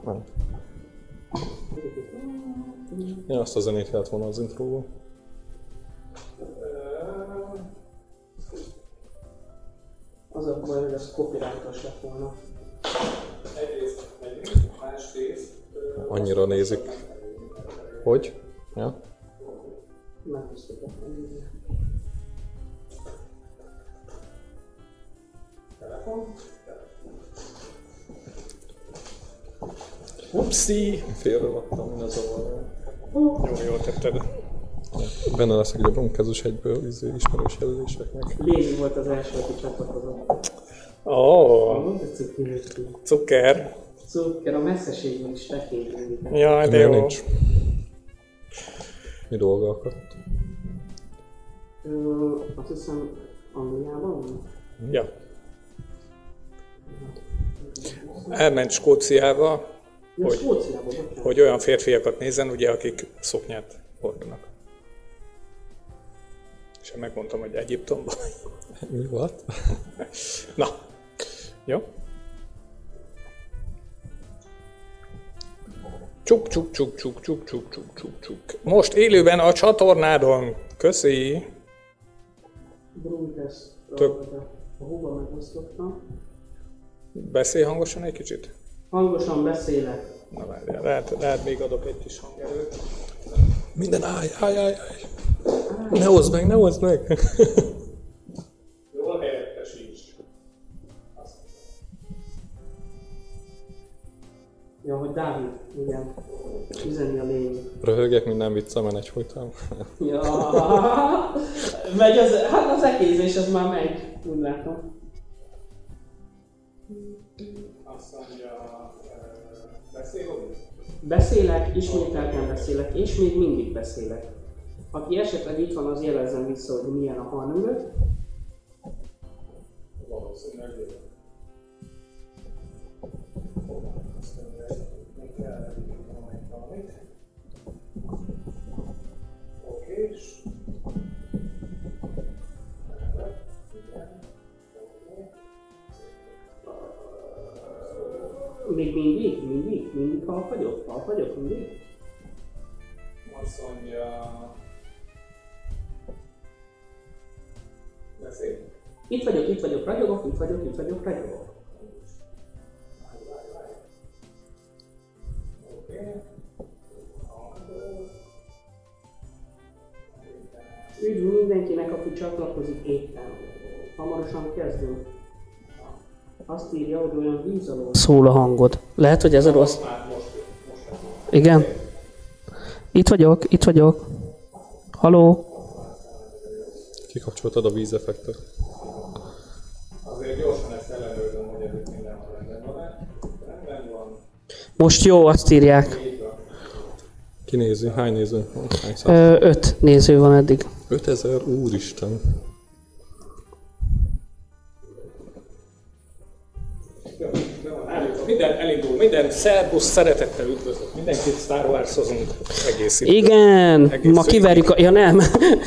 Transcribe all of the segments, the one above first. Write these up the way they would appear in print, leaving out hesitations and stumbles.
Nem. Én azt a zenét kellett volna az intróból. Az a baj, hogy az copyrightos lett volna. Egyrészt másrészt... Annyira nézik. Hogy? Ja? Megtisztítottam. Telefon? Upsi! Félreraktam, minden zavarra. Jól tetted. Benne leszek egy a bronkázus egyből ismerős jelöléseknek. Léni volt az első, aki csatlakozott. Cukker. Cukker, a messzeségből is tekintünk. Jaj, de Miért jó. nincs? Mi dolga akadt? Azt hiszem, Angliában van? Ja. Elment Skóciába, Ja, Skóciában, bocsánat. hogy olyan férfiakat nézzen, ugye, akik szoknyát hordanak. És én megmondtam, hogy Egyiptomban. Mi volt? Na, jó? Csuk, csuk, csuk, csuk, csuk, csuk, csuk, csuk, csuk. Most élőben a csatornádon. Köszi. Brunkesz, Tök. a húba megosztottam. Beszélj hangosan egy kicsit. Hangosan beszélek. Na várjál, lehet még adok egy kis hangerőt. Minden állj! Ne hozd meg, ne hozd meg! Jól helyettesíts. Ja, hogy Dávid, igen. Üzeni a lény. Röhögek minden viccemen egyfolytában. Ja, megy az, hát az ekézés, az már megy, úgy látom. Azt mondja, beszélünk? Beszélek, ismételten beszélek, és még mindig beszélek. Aki esetleg itt van, az jelezzen vissza, hogy milyen a hang. Valószínűleg jövök. Azt mondja, meg kell elindítanom egy valamit. Oké, és... Még mindig hal vagyok, mindig. Azt mondja... Beszélj. Itt vagyok, ragyogok. Oké. Üdv mindenkinek, aki csatlakozik éppen. Hamarosan kezdünk. Azt írja, hogy olyan víz alól szól a hangod. Lehet, hogy ez a rossz. Igen. Itt vagyok. Haló? Kikapcsoltad a vízeffektet. Azért gyorsan ezt ellenőrzöm, hogy ez itt mindenhol rendben van-e. Rendben van. Most jó, azt írják. Ki nézi? Hány néző van? Hány száz? 5 néző van eddig. 5000? Úristen! Minden elindul, minden szerbusz szeretettel üdvözlök. Mindenkit Star Wars-ozunk egész időt. Igen, Egész ma kiverjük a... Ja nem.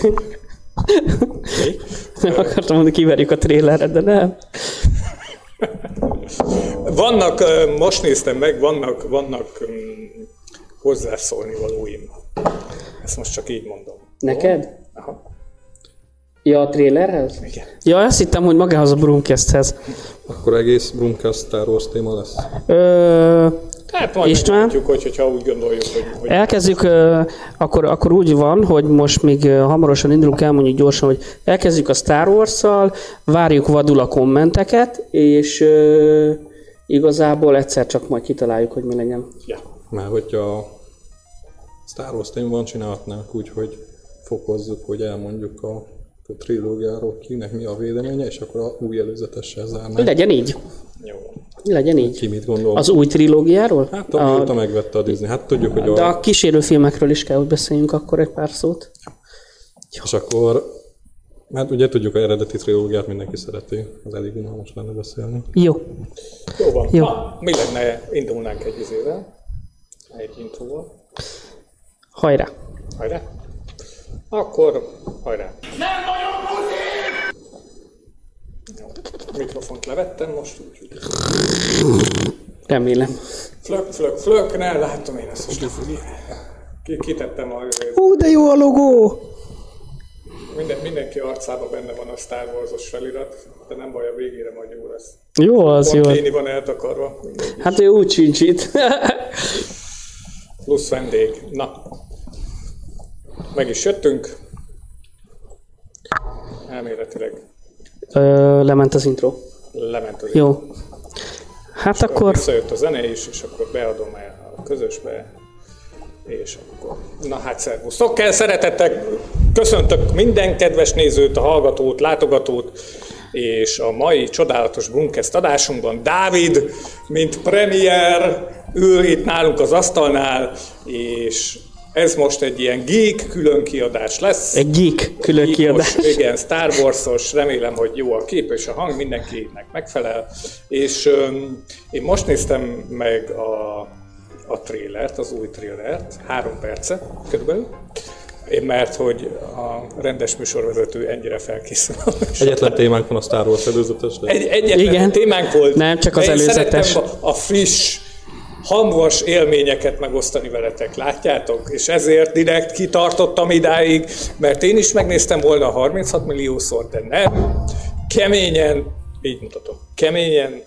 Nem akartam mondani, kiverjük a tréleret, de nem. Vannak, most néztem meg, vannak hozzászólni valóim. Ezt most csak így mondom. Neked? Aha. Ja, a trélerhez? Igen. Ja, azt hittem, hogy magához a Brumcasthez. Akkor egész Brumcast Star Wars téma lesz. Hát majd István? meglátjuk, hogyha úgy gondoljuk, hogy... Elkezdjük, akkor úgy van, hogy most még hamarosan indulunk el, mondjuk gyorsan, hogy elkezdjük a Star Wars-szal, várjuk vadul a kommenteket, és igazából egyszer csak majd kitaláljuk, hogy mi legyen. Ja. Mert hogyha Star Wars témában csinálhatnánk úgy, hogy fokozzuk, hogy elmondjuk a trilógiáról kinek mi a véleménye, és akkor a új előzetessel zárnánk. Legyen így. Jó. Legyen így. Ki mit gondol? Az új trilógiáról? Hát amióta megvette a Disney. Hát tudjuk, hogy De a kísérőfilmekről is kell, hogy beszéljünk akkor egy pár szót. És akkor... Hát ugye tudjuk, hogy eredeti trilógiát mindenki szereti. Az elég unalmas lenne beszélni. Jó. Jó van. Jó. Na, mi lenne, indulnánk egy izével? Egy intróval. Hajrá! Hajrá? Akkor hajrá! Nem vagyok buzi! Jó. mikrofont levettem most, úgyhogy... Remélem. Flök, ne, látom én ezt most. Kitettem a... De jó a logó! Mindenki arcában benne van a Star Wars-os felirat, de nem baj, a végére majd jó lesz. Jó az, jó. Pont Léni van eltakarva. Hát ő úgy sincs itt. Plusz vendég. Na, meg is jöttünk. Elméletileg Lement az intro. lement az Jó. Hát akkor... Visszajött a zene is, és akkor beadom el a közösbe. És akkor... Na hát szervusztok! Szeretettel köszöntök minden kedves nézőt, a hallgatót, látogatót, és a mai csodálatos Brumcast adásunkban Dávid, mint premier, ül itt nálunk az asztalnál, és ez most egy ilyen geek különkiadás lesz. Egy geek különkiadás. Igen, Star Wars-os, remélem, hogy jó a kép és a hang, mindenkinek megfelel. És én most néztem meg a trélert, az új trélert, 3 perce körülbelül. Mert hogy a rendes műsorvezető ennyire felkészül. Egyetlen témánk van a Star Wars előzetes. De... Egyetlen Igen. témánk volt. Nem, csak az előzetes. Szerettem a friss, hamvas élményeket megosztani veletek, látjátok? És ezért direkt kitartottam idáig, mert én is megnéztem volna 36 milliószor, de nem. Keményen, így mutatom, keményen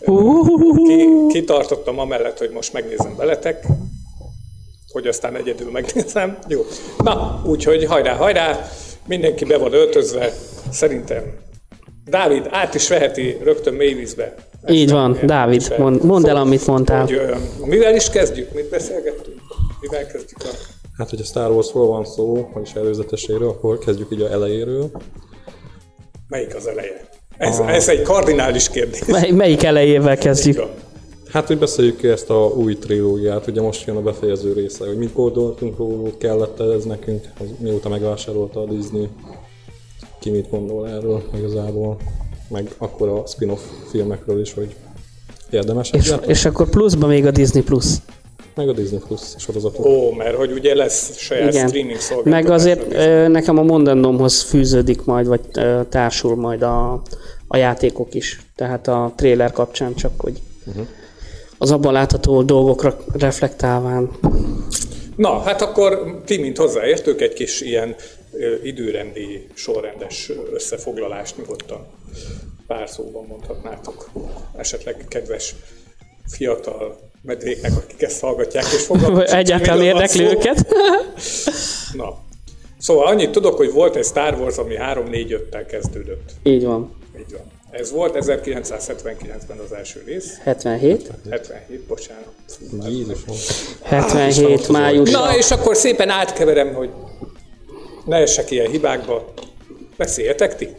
kitartottam amellett, hogy most megnézem veletek, hogy aztán egyedül megnézem. Jó. Na, úgyhogy hajrá, mindenki be van öltözve, szerintem. Dávid át is veheti rögtön mélyvízbe. Így van, Dávid, mondd el, amit mondtál. Hogy, mivel is kezdjük? Mit beszélgettünk? Mivel kezdjük a... Hát, hogy a Star Warsról van szó, vagyis előzeteséről, akkor kezdjük így a elejéről. Melyik az eleje? Ez egy kardinális kérdés. Melyik elejével kezdjük? Hát, hogy beszéljük ki ezt a új trilógiát, ugye most jön a befejező része, hogy mit gondoltunk róla, kellett ez nekünk, mióta megvásárolta a Disney, ki mit gondol erről igazából, meg akkor a spin-off filmekről is, hogy érdemes. És akkor pluszban még a Disney Plus. Meg a Disney Plus sorozatok. Ó, mert hogy ugye lesz saját Igen. streaming szolgáltatás. Meg azért nekem a mondandómhoz fűződik majd, vagy társul majd a játékok is. Tehát a trailer kapcsán csak, hogy az abban látható dolgokra reflektálván. Na, hát akkor ti, mint hozzáértők, egy kis ilyen időrendi, sorrendes összefoglalást nyugodtan pár szóban mondhatnátok. Esetleg kedves fiatal medvéknek, akik ezt hallgatják és fogalmaznak. Egyáltalán érdekli őket. Na, szóval annyit tudok, hogy volt egy Star Wars, ami 3-4-5-tel kezdődött. Így van. Így van. Ez volt 1979-ben az első rész. 77. 77, bocsánat. Jézusom. 77 május. Na, és akkor szépen átkeverem, hogy ne essek ilyen hibákba. Beszéljetek ti?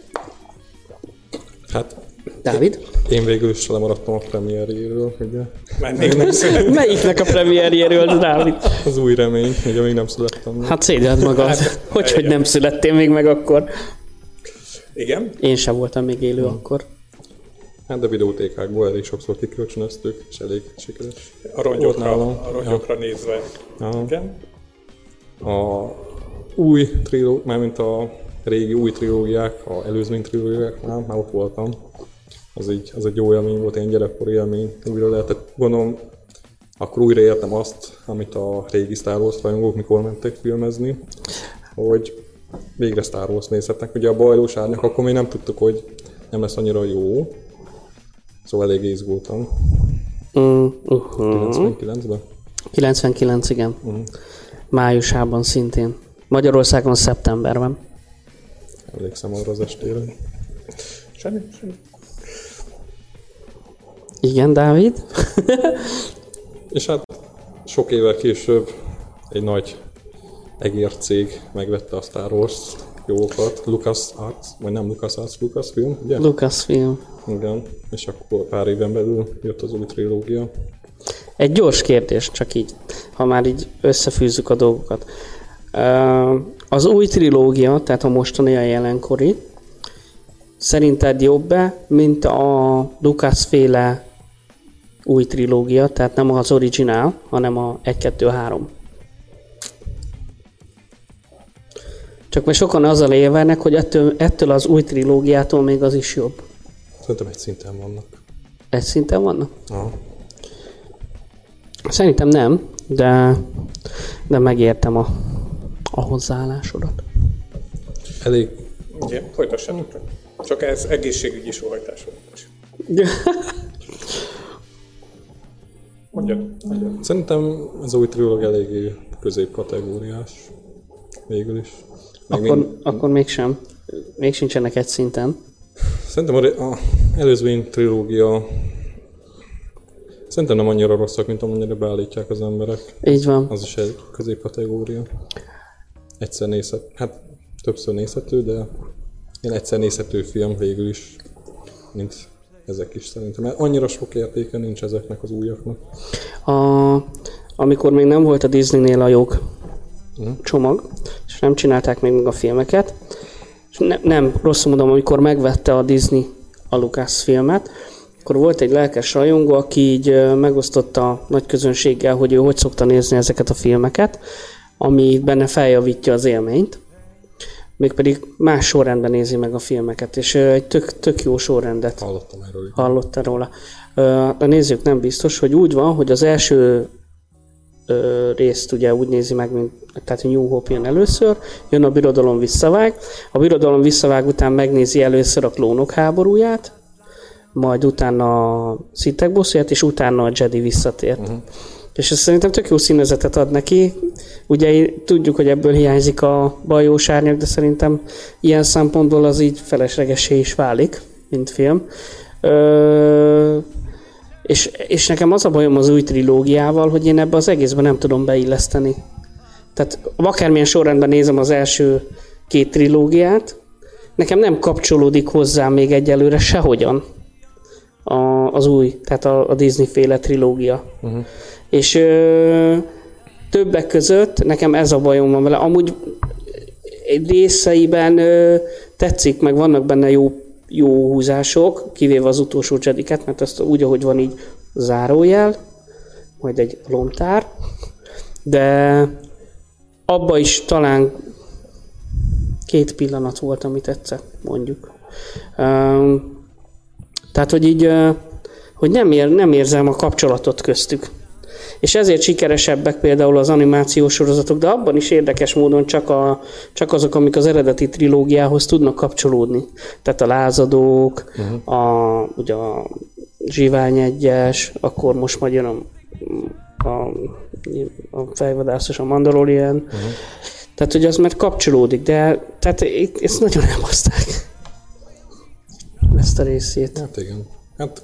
Hát, Dávid? én végül is lemaradtam a premierjéről, ugye. Mert még nem született. Melyiknek a premierjéről, Dávid? Az új remény, ugye még nem születtem. Hát szégyeld magad. Hogy nem születtél még meg akkor? Igen? Én sem voltam még élő akkor. Hát de videótékákból elég sokszor kikölcsönöztük, és elég sikeres. A rongyokra nézve. Aha. Igen? A új trilógia, mármint a régi új trilógiák, a előzmény trilógiáknál már ott voltam. Az egy jó élmény volt, ilyen gyerekkori élmény. Újra lehetett, gondolom, akkor újra értem azt, amit a régi Star Wars rajongók mikor mentek filmezni, hogy végre Star Wars nézhetnek. Ugye a bajlós árnyak, akkor még nem tudtuk, hogy nem lesz annyira jó. Szóval elég izgultam. 99-ben? 99, igen. Májusában szintén. Magyarországon szeptemberben. Emlékszem arra az estére. Semmi. Igen, Dávid? És hát sok évvel később egy nagy egércég megvette a Star Wars jogokat, LucasArts, vagy nem LucasArts, Lucasfilm, ugye? Lucasfilm. Igen, és akkor pár éven belül jött az új trilógia. Egy gyors kérdés, csak így, ha már így összefűzzük a dolgokat. Az új trilógia, tehát a mostani, a jelenkori, szerinted jobb-e, mint a Lucas-féle új trilógia, tehát nem az originál, hanem a 1-2-3? Csak mert sokan azzal érvelnek, hogy ettől az új trilógiától még az is jobb. Szerintem egy szinten vannak. Egy szinten vannak? Aha. Szerintem nem, de megértem a hozzáállásodat. Elég... Igen, folytassátok. Csak ez egészségügyi sóhajtás volt. Mondjad. Szerintem ez új trilógia eléggé középkategóriás. Végül is. Akkor mégsem. Még sincsenek egy szinten. Szerintem az előzmény trilógia szerintem nem annyira rosszak, mint amennyire beállítják az emberek. Így van. Az is egy középkategória. Egyszer nézhető, hát többször nézhető, de én egyszer nézhető film végül is, mint ezek is szerintem. Mert annyira sok értéke nincs ezeknek az újaknak. Amikor még nem volt a Disneynél a jog csomag, és nem csinálták még meg a filmeket, és nem, rosszul mondom, amikor megvette a Disney a Lucasfilmet, akkor volt egy lelkes rajongó, aki így megosztotta a nagy közönséggel, hogy ő hogy szokta nézni ezeket a filmeket, ami benne feljavítja az élményt, mégpedig más sorrendben nézi meg a filmeket, és egy tök jó sorrendet hallotta róla. A nézők nem biztos, hogy úgy van, hogy az első részt ugye úgy nézi meg, mint, tehát a New Hope jön először, jön a Birodalom visszavág, a Birodalom visszavág után megnézi először a Klónok háborúját, majd utána a Sithek bosszúját, és utána a Jedi visszatért. Uh-huh. És ez szerintem tök jó színezetet ad neki. Ugye tudjuk, hogy ebből hiányzik a bajós árnyak, de szerintem ilyen szempontból az így feleslegessé is válik, mint film. És nekem az a bajom az új trilógiával, hogy én ebbe az egészben nem tudom beilleszteni. Tehát akármilyen sorrendben nézem az első két trilógiát, nekem nem kapcsolódik hozzá még egyelőre sehogyan az új, tehát a Disney-féle trilógia. Uh-huh. És többek között nekem ez a bajom van vele. Amúgy részeiben tetszik, meg vannak benne jó húzások, kivéve az utolsó Jediket, mert azt úgy, ahogy van így zárójel, majd egy lomtár, de abba is talán 2 pillanat volt, amit tetszett, mondjuk. Tehát, hogy így, hogy nem érzem a kapcsolatot köztük. És ezért sikeresebbek például az animációs sorozatok, de abban is érdekes módon csak azok, amik az eredeti trilógiához tudnak kapcsolódni. Tehát a Lázadók, ugye a Zsivány 1-es, akkor most majd jön a Fejvadászos, a Mandalorian. Tehát, hogy az már kapcsolódik, de tehát ezt nagyon elbaszták. Ezt a részét. Hát igen. Hát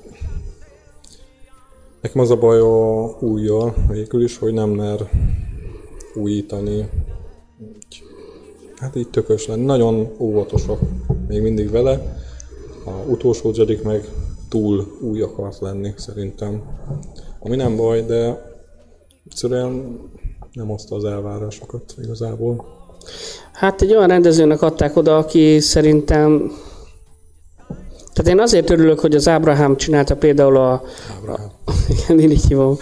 nekem az a baj a újjal végül is, hogy nem mer újítani. Hát így tökös lenni. Nagyon óvatosak még mindig vele. A utolsó Jedik meg túl új akart lenni szerintem. Ami nem baj, de egyszerűen nem hozta az elvárásokat igazából. Hát egy olyan rendezőnek adták oda, aki szerintem... Tehát én azért örülök, hogy az Abraham csinálta például igen, én így hívom,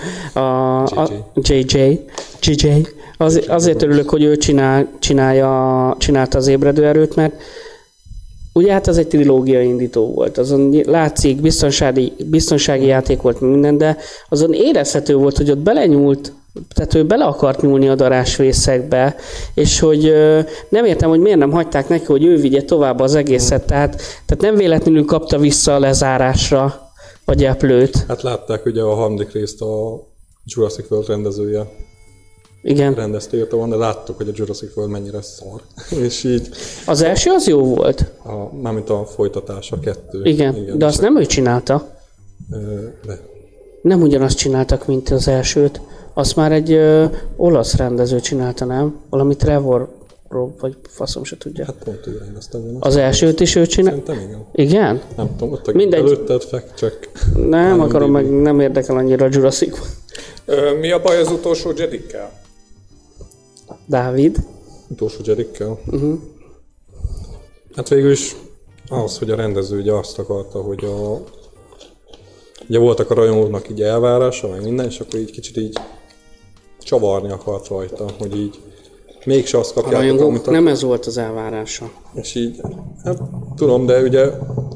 JJ. Azért örülök, hogy ő csinálta az Ébredő Erőt, mert ugye hát az egy trilógia indító volt. Azon látszik, biztonsági játék volt minden, de azon érezhető volt, hogy ott belenyúlt, tehát ő bele akart nyúlni a darásvészekbe, és hogy nem értem, hogy miért nem hagyták neki, hogy ő vigye tovább az egészet, tehát nem véletlenül kapta vissza a lezárásra a gyeplőt. Hát látták ugye a harmadik részt a Jurassic World rendezője. Igen. Rendezte van, de láttuk, hogy a Jurassic World mennyire szar. És így... Az első az jó volt. Mármint a folytatása, 2. Igen, de azt nem ő csinálta. De. Nem ugyanazt csináltak, mint az elsőt. Azt már egy olasz rendező csinálta, nem? Valami Trevor Robb, vagy faszom se tudja. Hát pont ő rendezte. Az elsőt is ő csinálta? Szerintem igen. Igen? Nem tudom, ott előtted fact-check. Nem akarom, meg nem érdekel annyira a Jurassic. Mi a baj az utolsó Jedikkel? Dávid. Utolsó Jedikkel? Hát végül is az, hogy a rendező ugye azt akarta, hogy ugye voltak a rajongóknak így elvárása, meg minden, és akkor így kicsit így csavarni akart rajta, hogy így mégse azt kapják. A rajongók nem ez volt az elvárása. És így, hát tudom, de ugye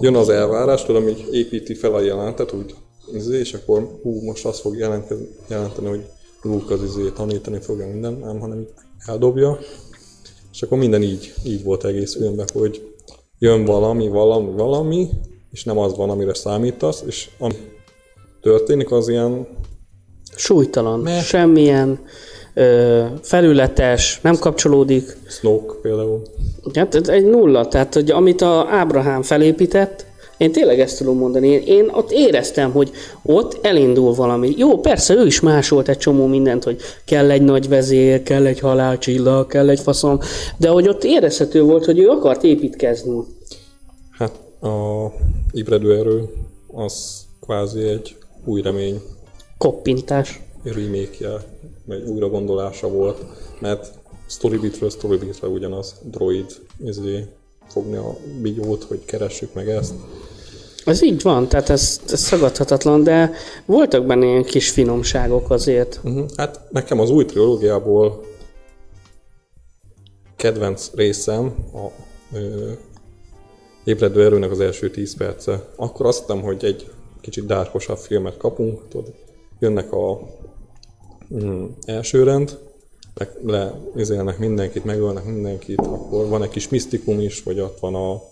jön az elvárás, tudod, így építi fel a jelentet, úgy és akkor most azt fog jelenteni, hogy Luke az tanítani fogja minden, nem, hanem így eldobja. És akkor minden így volt egész filmben, hogy jön valami, és nem az van, amire számítasz, és ami történik, az ilyen... Súlytalan, semmilyen felületes, nem kapcsolódik. Snoke például. Hát egy nulla, tehát hogy amit a Ábrahám felépített, én tényleg ezt tudom mondani, én ott éreztem, hogy ott elindul valami. Jó, persze ő is másolt egy csomó mindent, hogy kell egy nagy vezér, kell egy halálcsillag, kell egy faszom, de hogy ott érezhető volt, hogy ő akart építkezni. Hát a ébredő erő az kvázi egy új remény. Koppintás. Remake-je, vagy újra gondolása volt, mert storybitről ugyanaz, droid fogni a bigyót, hogy keressük meg ezt. Ez így van, tehát ez szagadhatatlan, de voltak benne ilyen kis finomságok azért. Hát nekem az új trilógiából kedvenc részem a ébredő erőnek az első 10 perce. Akkor azt hittem, hogy egy kicsit dárkosabb filmet kapunk, tudod, jönnek a elsőrend, leizélnek mindenkit, megölnek mindenkit, akkor van egy kis misztikum is, vagy ott van a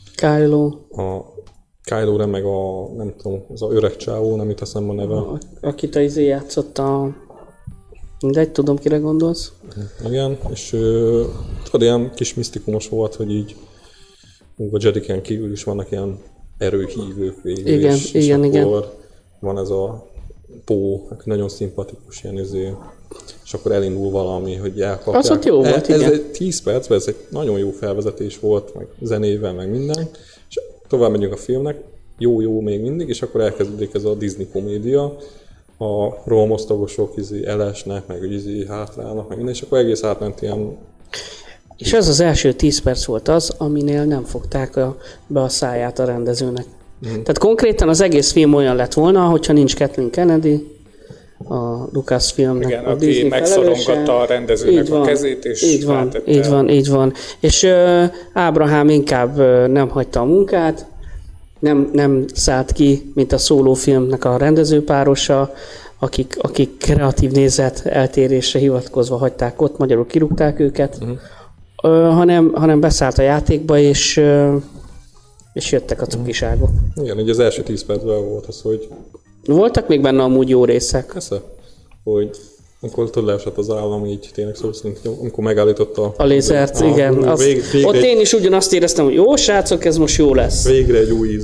Kylo Ren, meg a, nem tudom, az a öreg csávó, nem jut eszembe a neve. Akit a játszott a... Mindegy, tudom, kire gondolsz. Igen, és tudod, ilyen kis misztikumos volt, hogy így a Jediken kívül is vannak ilyen erőhívők végül igen, is, igen, és igen. akkor van ez a Poe, aki nagyon szimpatikus ilyen és akkor elindul valami, hogy elkapják. Az ott jó volt, ez igen. egy 10 percben, ez egy nagyon jó felvezetés volt, meg zenével, meg minden, és tovább megyünk a filmnek, jó még mindig, és akkor elkezdődik ez a Disney komédia, a rohamosztagosok elesnek, meg hátrálnak, meg minden, és akkor egész átment ilyen... És ez az első 10 perc volt az, aminél nem fogták be a száját a rendezőnek. Tehát konkrétan az egész film olyan lett volna, hogyha nincs Kathleen Kennedy, a Lucasfilmnek igen, a aki Disney megszorongatta a rendezőnek a kezét, és így van. És Ábrahám inkább nem hagyta a munkát, nem szállt ki, mint a szólófilmnek a rendezőpárosa, akik kreatív nézet eltérésre hivatkozva hagyták ott, magyarul kirúgták őket, hanem beszállt a játékba, és jöttek a cukiságok. Igen, így az első 10 percben volt az, hogy... Voltak még benne amúgy jó részek. Persze, hogy amikor leesett az állam, így tényleg szó szerint, amikor megállította a lézert, igen. Ott én is ugyanazt éreztem, hogy jó srácok, ez most jó lesz. Végre egy új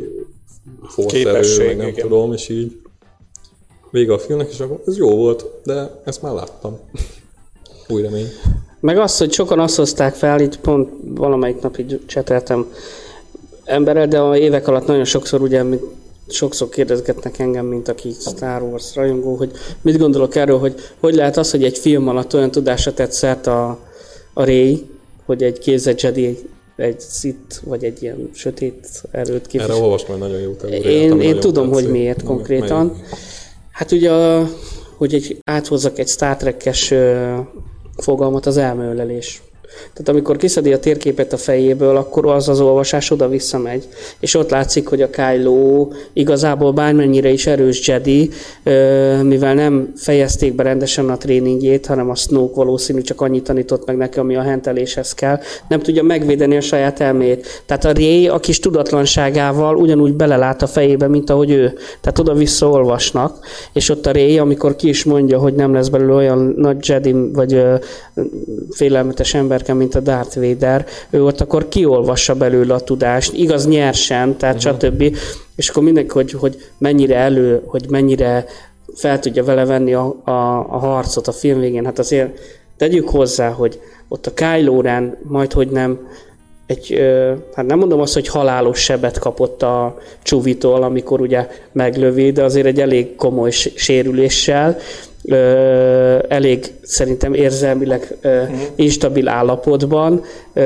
forszerő, nem tudom, és így vége a filmnek, és akkor ez jó volt, de ezt már láttam. Új remény. Meg az, hogy sokan azt hozták fel, így pont valamelyik nap így cseteltem emberrel, de a évek alatt nagyon sokszor ugye sokszor kérdezgetnek engem, mint aki Star Wars rajongó, hogy mit gondolok erről, hogy lehet az, hogy egy film alatt olyan tudásra tett szert a Rey, hogy egy képzett Jedi, egy Sith, vagy egy ilyen sötét erőt képvisel. Erre olvastam egy nagyon jó teóriát. Én tudom, hogy miért konkrétan. Hát ugye, hogy áthozzak egy Star Trek-es fogalmat, az elmeölelés. Tehát amikor kiszedi a térképet a fejéből, akkor az olvasás oda-vissza megy. És ott látszik, hogy a Kylo igazából bármennyire is erős Jedi, mivel nem fejezték be rendesen a tréningjét, hanem a Snoke valószínű csak annyit tanított meg neki, ami a henteléshez kell, nem tudja megvédeni a saját elméjét. Tehát a Rey a kis tudatlanságával ugyanúgy belelát a fejébe, mint ahogy ő. Tehát oda-vissza olvasnak, és ott a Rey, amikor ki is mondja, hogy nem lesz belőle olyan nagy Jedi, vagy félelmetes emberke, mint a Darth Vader, ő ott akkor kiolvassa belőle a tudást, igaz nyersen, tehát stb. És akkor mindenki, hogy mennyire fel tudja vele venni a harcot a film végén. Hát azért tegyük hozzá, hogy ott a Kylo Ren majdhogy nem hát nem mondom azt, hogy halálos sebet kapott a Chewitól, amikor ugye meglövi, de azért egy elég komoly sérüléssel, elég szerintem érzelmileg instabil állapotban.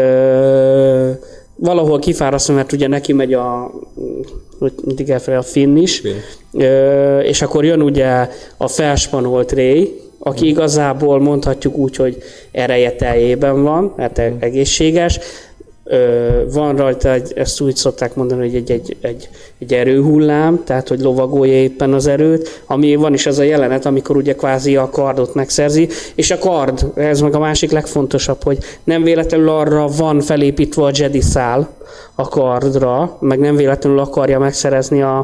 Valahol kifárasztva, mert ugye neki megy mindig elfelé a Finn is, és akkor jön ugye a felspanolt Rey, aki igazából mondhatjuk úgy, hogy ereje teljében van, hát egészséges. Van rajta, ezt úgy szokták mondani, hogy egy erőhullám, tehát hogy lovagolja éppen az erőt, ami van is az a jelenet, amikor ugye kvázi a kardot megszerzi, és a kard, ez meg a másik legfontosabb, hogy nem véletlenül arra van felépítve a Jedi szál a kardra, meg nem véletlenül akarja megszerezni a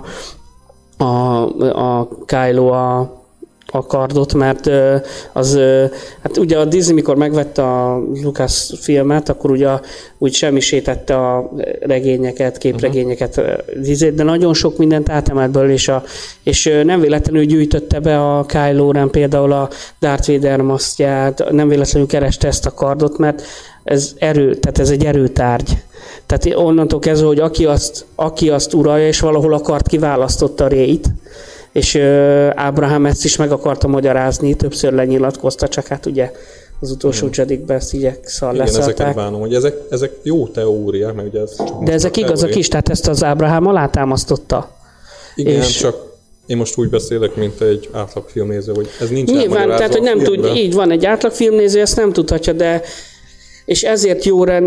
Kylo a kardot, mert hát ugye a Disney, mikor megvette a Lucas filmet, akkor ugye úgy semmisítette a regényeket, képregényeket, de nagyon sok mindent átemelt belőle, és nem véletlenül gyűjtötte be a Kylo Ren például a Darth Vader masztját, nem véletlenül kereste ezt a kardot, mert ez tehát ez egy erőtárgy. Tehát onnantól kezdve, hogy aki azt uralja, és valahol a kard kiválasztotta Rey-t, és Ábrahám ezt is meg akarta magyarázni, többször lenyilatkozta, csak hát ugye az utolsó Jedikben ezt így leszarták. Igen, ezeket bánom, hogy ezek jó teóriák, mert ugye ez de ezek igazak is, tehát ezt az Ábrahám alátámasztotta. Igen, és csak én most úgy beszélek, mint egy átlag filmnéző, hogy ez nincs nyilván, tehát hogy nem tud, így van, egy átlag filmnéző ezt nem tudhatja, de és ezért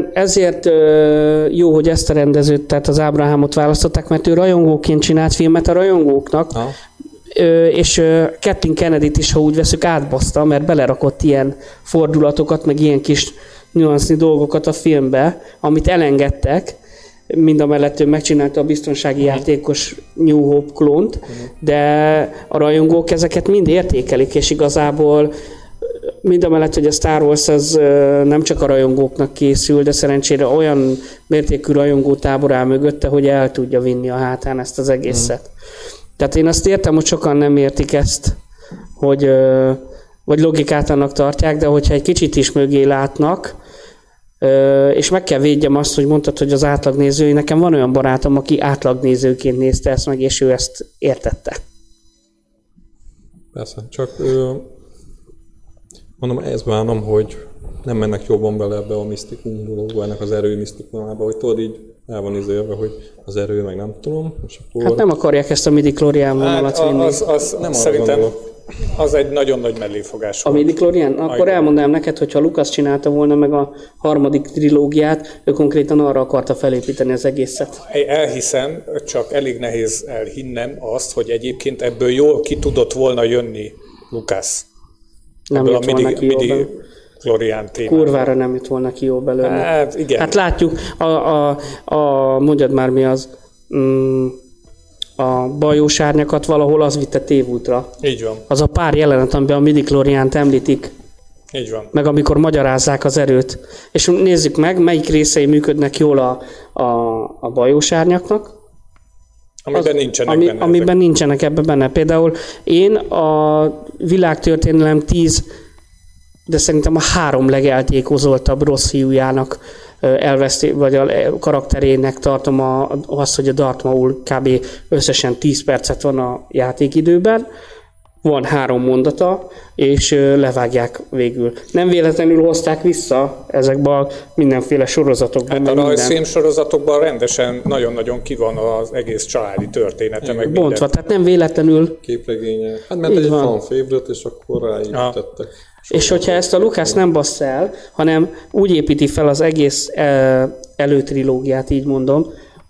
jó, hogy ezt a rendezőt, tehát az Ábrahámot választották, mert ő rajongóként csinált filmet a rajongóknak, és Kathleen Kennedyt is, ha úgy veszük, átbaszta, mert belerakott ilyen fordulatokat, meg ilyen kis nüansznyi dolgokat a filmbe, amit elengedtek, mindamellett ő megcsinálta a biztonsági játékos New Hope klónt, de a rajongók ezeket mind értékelik, és igazából mindamellett, hogy a Star Wars az nem csak a rajongóknak készül, de szerencsére olyan mértékű rajongótábor áll mögötte, hogy el tudja vinni a hátán ezt az egészet. Tehát én azt értem, hogy sokan nem értik ezt, hogy vagy logikátlannak tartják, de hogyha egy kicsit is mögé látnak, és meg kell védjem azt, hogy mondtad, hogy az átlagnéző, nekem van olyan barátom, aki átlagnézőként nézte ezt meg, és ő ezt értette. Persze, csak mondom, ezt bánom, hogy nem mennek jobban bele ebbe a misztikum dologba, ennek az erő misztikumába, hogy tudod, így el van izélve, hogy az erő, meg nem tudom. És akkor... Hát nem akarják ezt a midi-chlorián vonalat vinni. Az nem szerintem az egy nagyon nagy melléfogás. A midi-chlorián? Akkor elmondanám neked, hogyha Lucas csinálta volna meg a harmadik trilógiát, ő konkrétan arra akarta felépíteni az egészet. Elhiszem, csak elég nehéz elhinnem azt, hogy egyébként ebből jól ki tudott volna jönni Lucas. Nem jött volna ki jól Florián témában. Kurvára nem jött volna ki jó belőle. Hát igen. Hát látjuk, mondjad már mi az, a bajós árnyakat valahol az vitte tévútra. Így van. Az a pár jelenet, amiben a midi-chloriánt említik. Így van. Meg amikor magyarázzák az erőt. És nézzük meg, melyik részei működnek jól a bajós árnyaknak. Amiben nincsenek benne. Amiben nincsenek ebben benne. Például én a világtörténelem 10, de szerintem a 3 legeltékozoltabb rossz hiújának vagy a karakterének tartom azt, hogy a Darth Maul kb. Összesen 10 percet van a játékidőben, van 3 mondata, és levágják végül. Nem véletlenül hozták vissza ezekben a mindenféle sorozatokban. Hát a rajzfilm sorozatokban rendesen nagyon-nagyon ki van az egész családi története. Meg bontva, minden. Tehát nem véletlenül... Képregénye. Hát ment egy fan favorite, és akkor ráépítettek. És hogyha ezt a Lucas nem bassz el, hanem úgy építi fel az egész előtrilógiát, így mondom,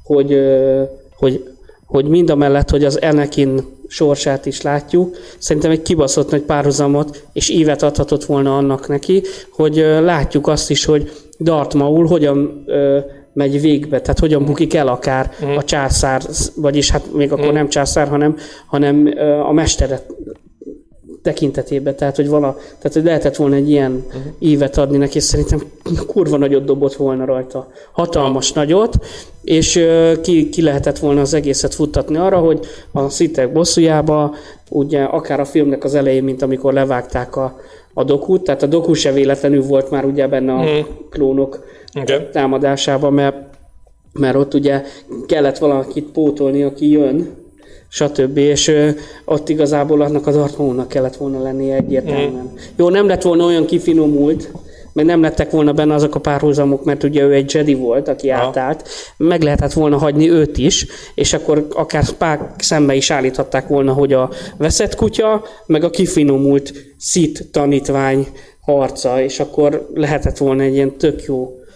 hogy mindamellett, hogy az Anakin sorsát is látjuk, szerintem egy kibaszott nagy párhuzamot és ívet adhatott volna annak neki, hogy látjuk azt is, hogy Darth Maul hogyan megy végbe, tehát hogyan bukik el akár a császár, vagyis hát még akkor nem császár, hanem a mestere tekintetében, tehát hogy lehetett volna egy ilyen ívet adni neki, és szerintem kurva nagyot dobott volna rajta. Hatalmas nagyot, és ki lehetett volna az egészet futtatni arra, hogy a Sithek bosszújába, ugye akár a filmnek az elején, mint amikor levágták a dokut, tehát a doku se véletlenül volt már ugye benne a klónok támadásában, mert ott ugye kellett valakit pótolni, aki jön, stb. És ott igazából annak az Darth Maulnak kellett volna lennie egyértelműen. Jó, nem lett volna olyan kifinomult, meg nem lettek volna benne azok a párhuzamok, mert ugye ő egy Jedi volt, aki átállt. Meg lehetett volna hagyni őt is, és akkor akár szembe is állíthatták volna, hogy a veszett kutya, meg a kifinomult Sith tanítvány harca, és akkor lehetett volna egy ilyen tök jó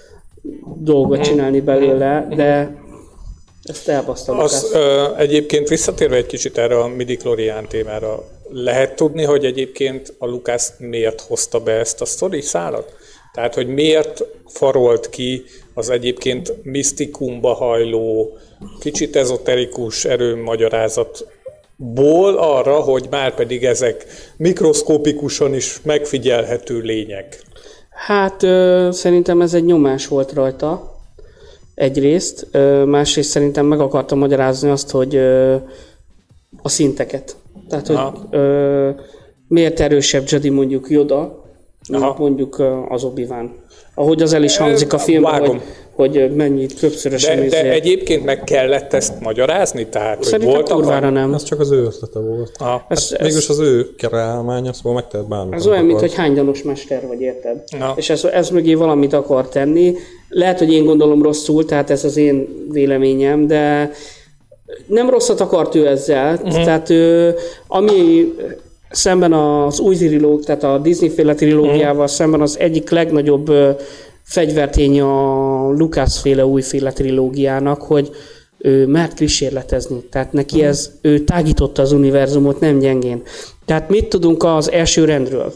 dolgot csinálni belőle, de ezt elbasztam. Egyébként visszatérve egy kicsit erre a midi-chlorian témára, lehet tudni, hogy egyébként a Lucas miért hozta be ezt a sztori szálat? Tehát, hogy miért farolt ki az egyébként misztikumba hajló, kicsit ezoterikus erőmagyarázatból arra, hogy már pedig ezek mikroszkópikusan is megfigyelhető lények. Hát szerintem ez egy nyomás volt rajta. Egyrészt, másrészt szerintem meg akartam magyarázni azt, hogy a szinteket. Tehát, hogy miért erősebb Jedi mondjuk Yoda, mint mondjuk az Obi-Wan. Ahogy az el is hangzik a filmben, hogy mennyit többszörösen de egyébként meg kellett ezt magyarázni? Tehát, szerintem kurvára nem. Ez csak az ő ötlete volt. Mégis az ő kreálmánya, szóval megtehet bármit. Ez olyan, mint hogy hány gyanús mester vagy, érted? És ez mögé valamit akar tenni. Lehet, hogy én gondolom rosszul, tehát ez az én véleményem, de nem rosszat akart ő ezzel. Tehát ami szemben az új trilóg, tehát a Disney-féle trilógiával szemben az egyik legnagyobb fegyvertény a Lucas-féle újféle trilógiának, hogy ő mert kísérletezni. Tehát neki ő tágította az univerzumot, nem gyengén. Tehát mit tudunk az első rendről?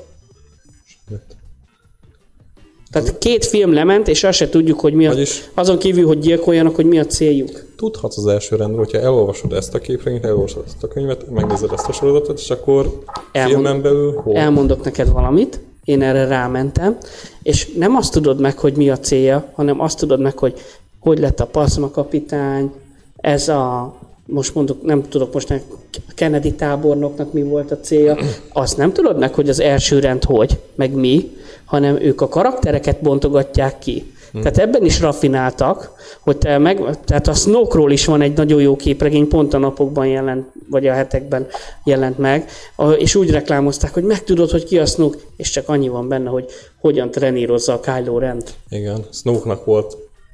Tehát 2 film lement, és azt se tudjuk, hogy mi azon kívül, hogy gyilkoljanak, hogy mi a céljuk. Tudhatsz az első rendről, hogyha elolvasod ezt a képregényt, elolvasod ezt a könyvet, megnézed ezt a sorozatot, és akkor filmen belül hol? Elmondok neked valamit, én erre rámentem, és nem azt tudod meg, hogy mi a célja, hanem azt tudod meg, hogy lett a Phasma kapitány, ez a, most mondok, nem tudok most a Kennedy tábornoknak mi volt a célja, azt nem tudod meg, hogy az első rend hogy, meg mi, hanem ők a karaktereket bontogatják ki. Tehát ebben is raffináltak, hogy tehát a Snoke-ról is van egy nagyon jó képregény, pont a napokban jelent, vagy a hetekben jelent meg, és úgy reklámozták, hogy megtudod, hogy ki a Snoke, és csak annyi van benne, hogy hogyan trenírozza a Kylo Rent. Igen, Snoke-nak volt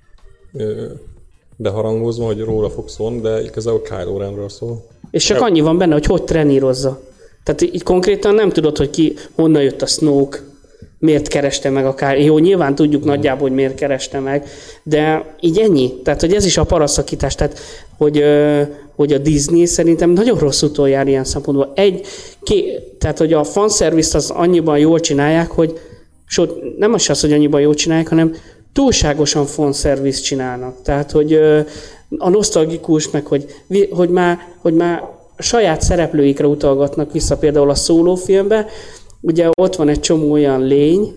beharangozva, hogy róla fog szólni, de igazából Kylo Renről szól. És csak annyi van benne, hogy trenírozza. Tehát így konkrétan nem tudod, hogy honnan jött a Snoke, miért kereste meg a Kylo. Jó, nyilván tudjuk nagyjából, hogy miért kereste meg, de így ennyi. Tehát, hogy ez is a paraszakítás. Tehát, hogy a Disney szerintem nagyon rossz úton jár ilyen szempontból. Tehát, hogy a fanservice-t az annyiban jól csinálják, hogy nem az, hogy annyiban jól csinálják, hanem túlságosan fanservice csinálnak. Tehát, hogy a nosztalgikus, meg hogy már saját szereplőikre utalgatnak vissza, például a Solo filmbe. Ugye ott van egy csomó olyan lény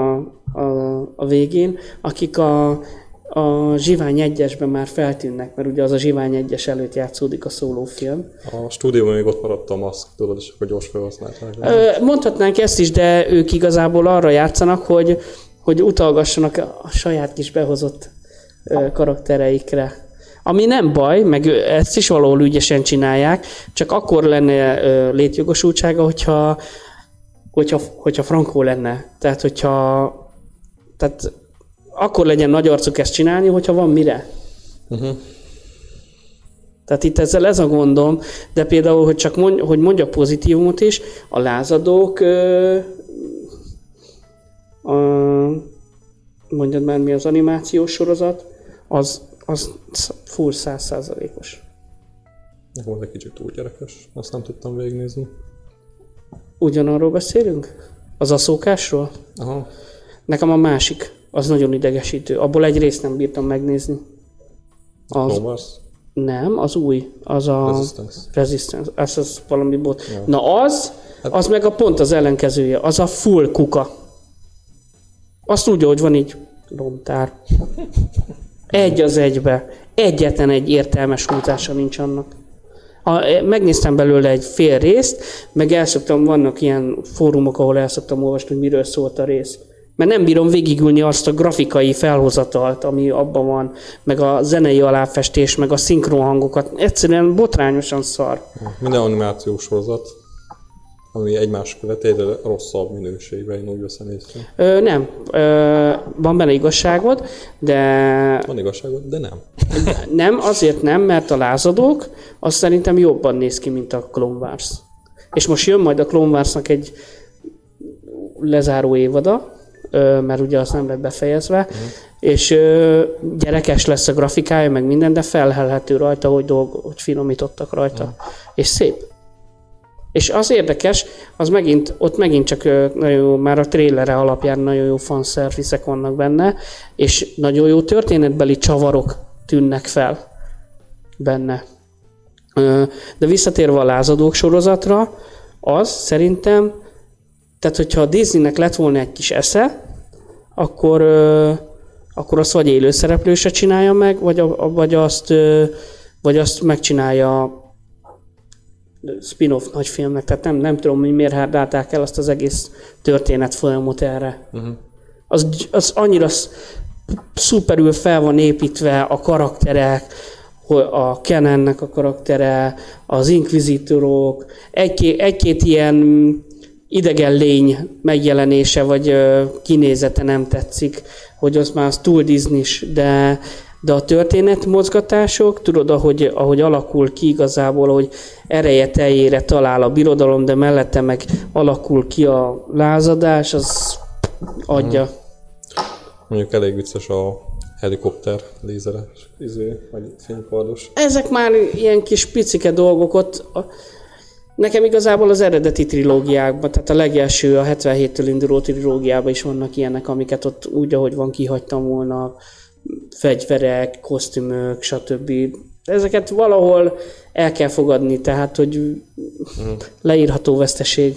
a végén, akik a Zsivány 1-esben már feltűnnek, mert ugye az a Zsivány 1-es előtt játszódik a Solo film. A stúdióban még ott maradt a maszk, tudod, és akkor gyors felhasználták. Mondhatnánk ezt is, de ők igazából arra játszanak, hogy utalgassanak a saját kis behozott karaktereikre. Ami nem baj, meg ezt is valahol ügyesen csinálják, csak akkor lenne létjogosultsága, hogyha frankó lenne. Tehát, tehát akkor legyen nagy arcuk ezt csinálni, hogyha van mire. Tehát itt ezzel ez a gondom, de például, hogy csak hogy mondjak pozitívumot is, a lázadók, mondjad már mi az animációs sorozat, az full 100%-os. Nekem volt egy kicsit túl gyerekes, azt nem tudtam végignézni. Ugyanarról beszélünk? Az Ahsoka-sról? Aha. Nekem a másik, az nagyon idegesítő. Abból egy részt nem bírtam megnézni. Nem, az új. Az a Resistance. Az valami bot. Ja. Na az meg a pont az ellenkezője. Az a full kuka. Azt úgy, hogy van így lomtár. Egy az egybe. Egyetlen egy értelmes húzása nincs annak. Megnéztem belőle egy fél részt, meg vannak ilyen fórumok, ahol el szoktam olvasni, hogy miről szólt a rész. Mert nem bírom végigülni azt a grafikai felhozatalt, ami abban van, meg a zenei aláfestés, meg a szinkronhangokat. Egyszerűen botrányosan szar. Minden animációs sorozat, ami egymás követi, egyre rosszabb minőségben, én úgy veszem észre. Nem. Van benne igazságod, de... Van igazságod, de nem. Nem, azért nem, mert a lázadók, az szerintem jobban néz ki, mint a Clone Wars. És most jön majd a Clone Warsnak egy lezáró évada, mert ugye az nem lett befejezve, és gyerekes lesz a grafikája, meg minden, de felhelhető rajta, hogy finomítottak rajta. És szép. És az érdekes, ott megint csak nagyon jó, már a trélere alapján nagyon jó fanszervizek vannak benne, és nagyon jó történetbeli csavarok tűnnek fel benne. De visszatérve a Lázadók sorozatra, az szerintem, tehát hogyha a Disneynek lett volna egy kis esze, akkor azt vagy élőszereplőse csinálja meg, vagy azt megcsinálja spin-off nagyfilmnek. Tehát nem tudom, hogy miért hárdálták el azt az egész történet folyamot erre. Az annyira szuperül fel van építve, a karakterek, a Kenennek a karaktere, az inkvizitorok, egy-két ilyen idegen lény megjelenése, vagy kinézete nem tetszik, hogy az már az túl Disney-s, de a történetmozgatások, tudod, ahogy alakul ki igazából, hogy ereje teljére talál a birodalom, de mellette meg alakul ki a lázadás, az adja. Mondjuk elég vicces a helikopter lézeres, vagy fénykardos. Ezek már ilyen kis picike dolgok ott. Nekem igazából az eredeti trilógiákban, tehát a legelső, a 77-től induló trilógiában is vannak ilyenek, amiket ott úgy, ahogy van, kihagytam volna. Fegyverek, kosztümök, stb. Ezeket valahol el kell fogadni, tehát, hogy leírható veszteség.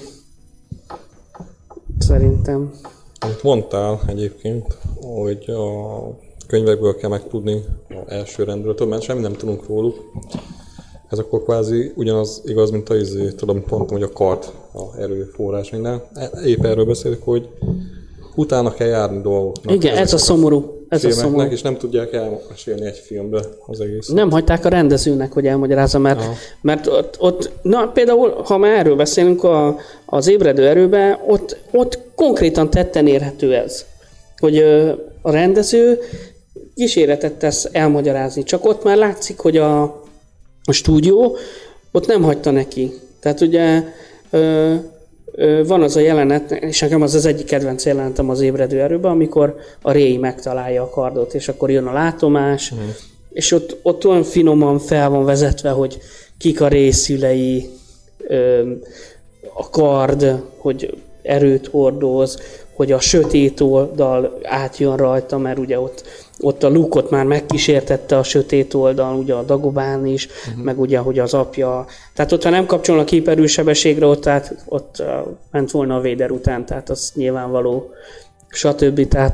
Szerintem. Amit mondtál egyébként, hogy a könyvekből kell megtudni az első rendről, mert semmi nem tudunk róluk. Ez akkor kvázi ugyanaz igaz, mint tudom, pont, hogy a kard, a erőforrás, minden. Épp erről beszélek, hogy utána kell járni dolgoknak. Igen, ez a szomorú. És nem tudják elmesélni egy filmbe az egész. Nem hagyták a rendezőnek, hogy elmagyarázza, mert ott, na például, ha már erről beszélünk az ébredő erőben, ott konkrétan tetten érhető ez, hogy a rendező kíséretet tesz elmagyarázni, csak ott már látszik, hogy a stúdió ott nem hagyta neki. Tehát ugye van az a jelenet, és nekem az egyik kedvenc jelenetem az ébredő erőben, amikor a Rey megtalálja a kardot, és akkor jön a látomás, és ott olyan finoman fel van vezetve, hogy kik a Rey szülei, a kard, hogy erőt hordoz, hogy a sötét oldal átjön rajta, mert ugye ott a Luke-ot már megkísértette a sötét oldal, ugye a Dagobán is, meg ugye, hogy az apja. Tehát ott, ha nem kapcsolnak a képerősebességre, ott ment volna a Vader után, tehát az nyilvánvaló, stb. Tehát,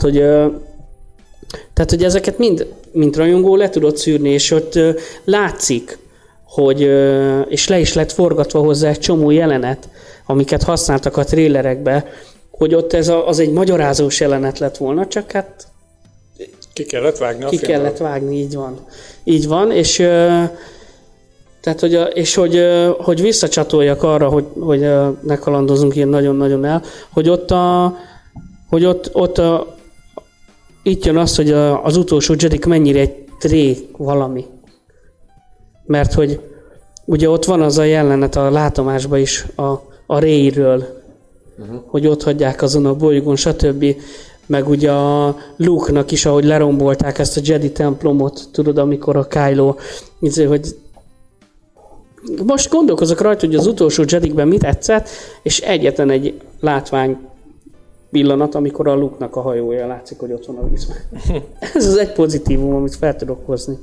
hogy ezeket mind rajongó le tudod szűrni, és ott látszik, hogy, és le is lett forgatva hozzá egy csomó jelenet, amiket használtak a trélerekbe, hogy ott az egy magyarázós jelenet lett volna, csak hát ki kellett vágni a filmről. Kellett vágni, így van. Így van, és tehát, hogy visszacsatoljak arra, hogy ne kalandozunk ilyen nagyon-nagyon el, hogy ott itt jön az, hogy az utolsó Jedik mennyire egy valami. Mert hogy ugye ott van az a jelenet a látomásban is a Reyről, hogy ott hagyják azon a bolygón, stb. Meg ugye a Luke-nak is, ahogy lerombolták ezt a Jedi templomot, tudod, amikor a Kylo, hogy most gondolkozok rajta, hogy az utolsó Jedikben mit tetszett, és egyetlen egy látvány pillanat, amikor a Luke-nak a hajója látszik, hogy ott van a vízben. Ez az egy pozitívum, amit fel tudok hozni.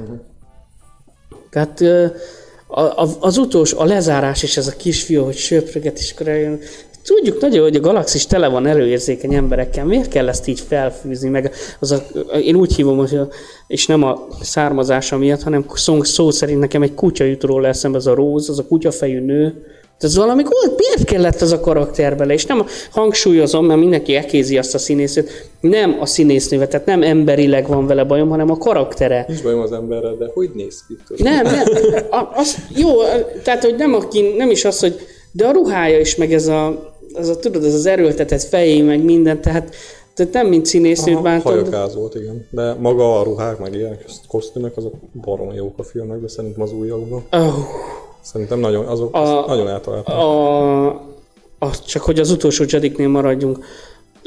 Tehát az utolsó, a lezárás, és ez a kisfiú, hogy söpröget, és akkor eljön. Tudjuk nagyon, hogy a galaxis tele van előérzékeny emberekkel. Miért kell ezt így felfűzni? Meg én úgy hívom, hogy és nem a származása miatt, hanem szó szerint nekem egy kutya jut róla eszembe, az a Rose, az a kutyafejű nő. Ez valami, miért kellett ez a karakter bele? És nem hangsúlyozom, mert mindenki ekézi azt a színésznőt. Nem a színésznővel, tehát nem emberileg van vele bajom, hanem a karaktere. Nincs bajom az emberrel, de hogy néz ki? Nem. Jó, tehát hogy nem is az, hogy de a ruhája is, meg tudod, ez az erőltetett fejé, meg minden, tehát nem mint színésznőt bántom. Hajakáz volt, igen. De maga a ruhák, meg ilyen kosztümök, azok baromi jók a filmekben, szerintem az újakban. Szerintem nagyon eltaláltam. Csak hogy az utolsó Jediknél maradjunk.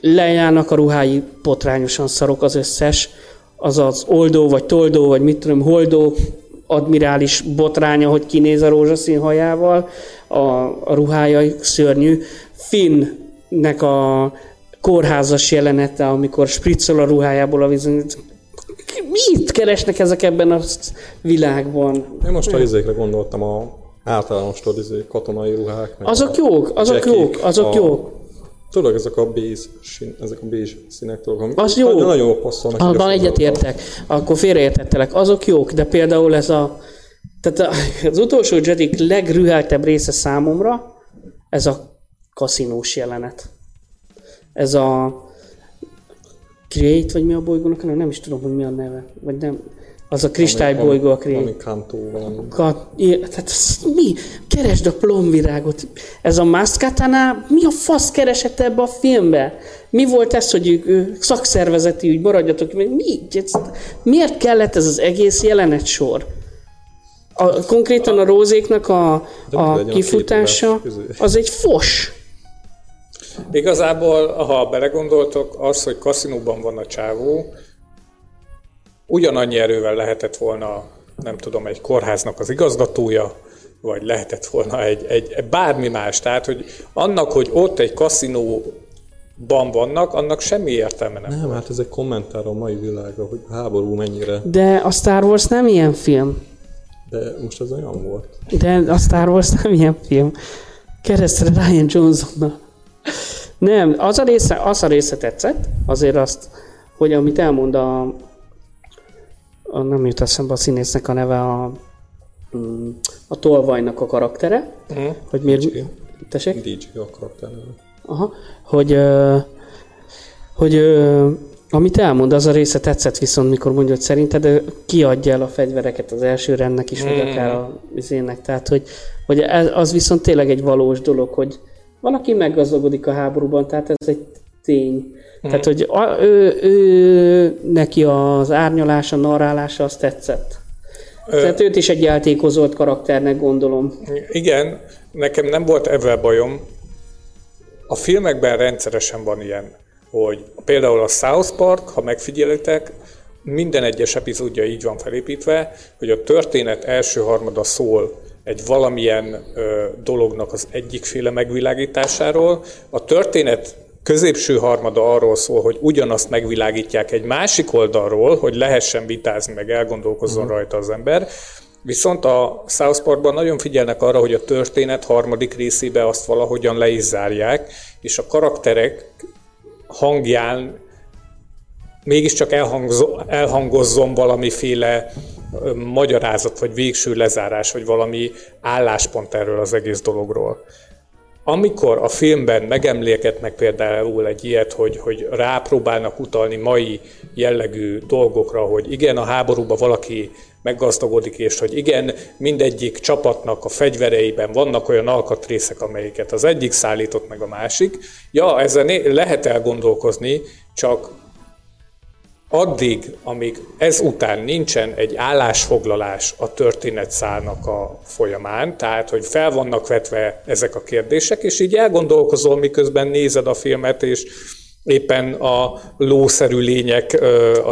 Leiának a ruhái botrányosan szarok az összes, az az oldó, vagy toldó, vagy mit tudom, holdó admirális botránya, hogy kinéz a rózsaszín hajával, a ruhája szörnyű. Finnnek a kórházas jelenete, amikor spriccol a ruhájából a vízön. Mit keresnek ezek ebben a világban? Én most a izékre gondoltam, a általános katonai ruhák. Azok jók, azok jók. Tudod, ezek a bézs színek, tudod, az jó. Nagyon jól passzolnak. Abban egyetértek. Akkor félreértettelek. Azok jók, de például tehát az utolsó Jedi legrüheltebb része számomra, ez a kaszinós jelenet. Ez a Create, vagy mi a bolygónak? Nem is tudom, hogy mi a neve. Vagy nem. Az a kristálybolygó a Create. Ami Kantó valami. Tehát mi? Keresd a plomvirágot. Ez a Maz Kanata, mi a fasz keresett ebbe a filmbe? Mi volt ez, hogy szakszervezeti ügy, maradjatok? Miért kellett ez az egész jelenet-sor? Konkrétan a Rózéknak a kifutása, az egy fos. Igazából, ha belegondoltok, az, hogy kaszinóban van a csávó, ugyanannyi erővel lehetett volna, nem tudom, egy kórháznak az igazgatója, vagy lehetett volna egy bármi más. Tehát, hogy annak, hogy ott egy kaszinóban vannak, annak semmi értelme nem. Nem, hát ez egy kommentár a mai világra, hogy a háború mennyire. De a Star Wars nem ilyen film. De most ez olyan volt. De a Star Wars nem ilyen film. Keresztre Ryan Johnsonnal. Nem, az a része tetszett, azért azt, hogy amit elmond nem jut eszembe a színésznek a neve, a tolvajnak a karaktere, hogy miért... Tessék? DJ a karakter neve. Aha, hogy amit elmond, az a része tetszett, viszont mikor mondja, hogy szerinted kiadja el a fegyvereket az első rendnek is, vagy akár a vizének. Tehát, hogy az viszont tényleg egy valós dolog, hogy van, aki meggazdagodik a háborúban, tehát ez egy tény. Tehát, hogy ő neki az árnyalása, narrálása, az tetszett. Tehát őt is egy játékozott karakternek gondolom. Igen, nekem nem volt ezzel bajom. A filmekben rendszeresen van ilyen, hogy például a South Park, ha megfigyelitek, minden egyes epizódja így van felépítve, hogy a történet első harmada szól egy valamilyen dolognak az egyikféle megvilágításáról. A történet középső harmada arról szól, hogy ugyanazt megvilágítják egy másik oldalról, hogy lehessen vitázni, meg elgondolkozzon rajta az ember. Viszont a South Parkban nagyon figyelnek arra, hogy a történet harmadik részébe azt valahogyan le is zárják, és a karakterek hangján mégiscsak elhangozzon valamiféle magyarázat, vagy végső lezárás, vagy valami álláspont erről az egész dologról. Amikor a filmben megemlékeznek például egy ilyet, hogy rápróbálnak utalni mai jellegű dolgokra, hogy igen, a háborúban valaki meggazdagodik, és hogy igen, mindegyik csapatnak a fegyvereiben vannak olyan alkatrészek, amelyiket az egyik szállított meg a másik. Ja, ezen lehet elgondolkozni, csak addig, amíg ezután nincsen egy állásfoglalás a történetszálnak a folyamán, tehát, hogy fel vannak vetve ezek a kérdések, és így elgondolkozol, miközben nézed a filmet, és éppen a lószerű lények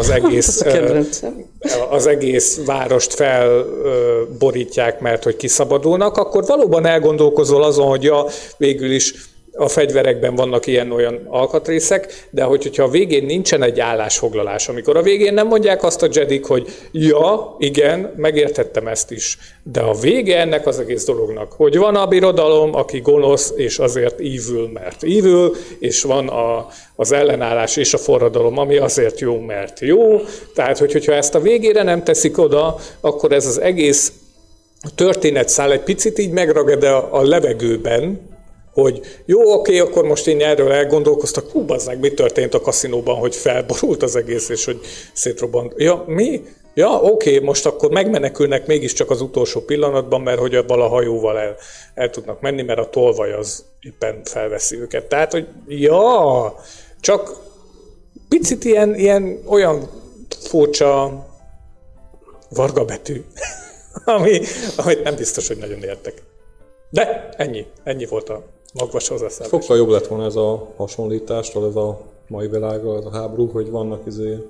az egész várost felborítják, mert hogy kiszabadulnak, akkor valóban elgondolkozol azon, hogy ja, végül is a fegyverekben vannak ilyen-olyan alkatrészek, de hogyha a végén nincsen egy állásfoglalás, amikor a végén nem mondják azt a Jedik, hogy ja, igen, megértettem ezt is, de a vége ennek az egész dolognak, hogy van a birodalom, aki gonosz, és azért evil, mert evil, és van az ellenállás és a forradalom, ami azért jó, mert jó. Tehát, hogyha ezt a végére nem teszik oda, akkor ez az egész történetszál egy picit így megragad a levegőben, hogy jó, oké, akkor most én erről elgondolkoztak, bazzák, mi történt a kaszinóban, hogy felborult az egész, és hogy szétrobbant. Ja, mi? Ja, oké, most akkor megmenekülnek mégiscsak az utolsó pillanatban, mert hogy abban a hajóval el tudnak menni, mert a tolvaj az éppen felveszi őket. Tehát, hogy ja, csak picit ilyen olyan furcsa vargabetű, amit nem biztos, hogy nagyon értek. De ennyi volt a magvas hozzászállás. Sokkal jobb lett volna ez a hasonlítástól, ez a mai világgal, az a háború, hogy vannak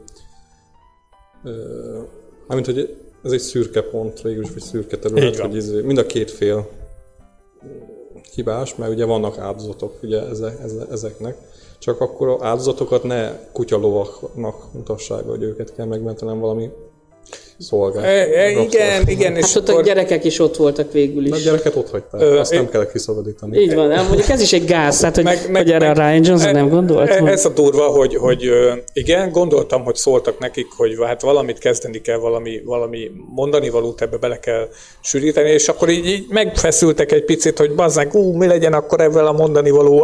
mármint, hogy ez egy szürke pont végül is, vagy szürke terület, hogy mind a két fél hibás, mert ugye vannak áldozatok ugye ezeknek, csak akkor az áldozatokat ne kutyalovaknak mutassák, hogy őket kell megmenteni, valami szolgál. Igen. És hát ott a gyerekek is ott voltak végül is. A gyereket ott hagyták, azt nem kellett kiszabadítani. Így van, mondjuk ez is egy gáz, tehát hogy erre a Ryan Johnson nem gondolt. Ez a durva, hogy igen, gondoltam, hogy szóltak nekik, hogy hát valamit kezdeni kell, valami mondani valót ebbe bele kell sűríteni, és akkor így megfeszültek egy picit, hogy bazzánk, mi legyen akkor ebben a mondani való,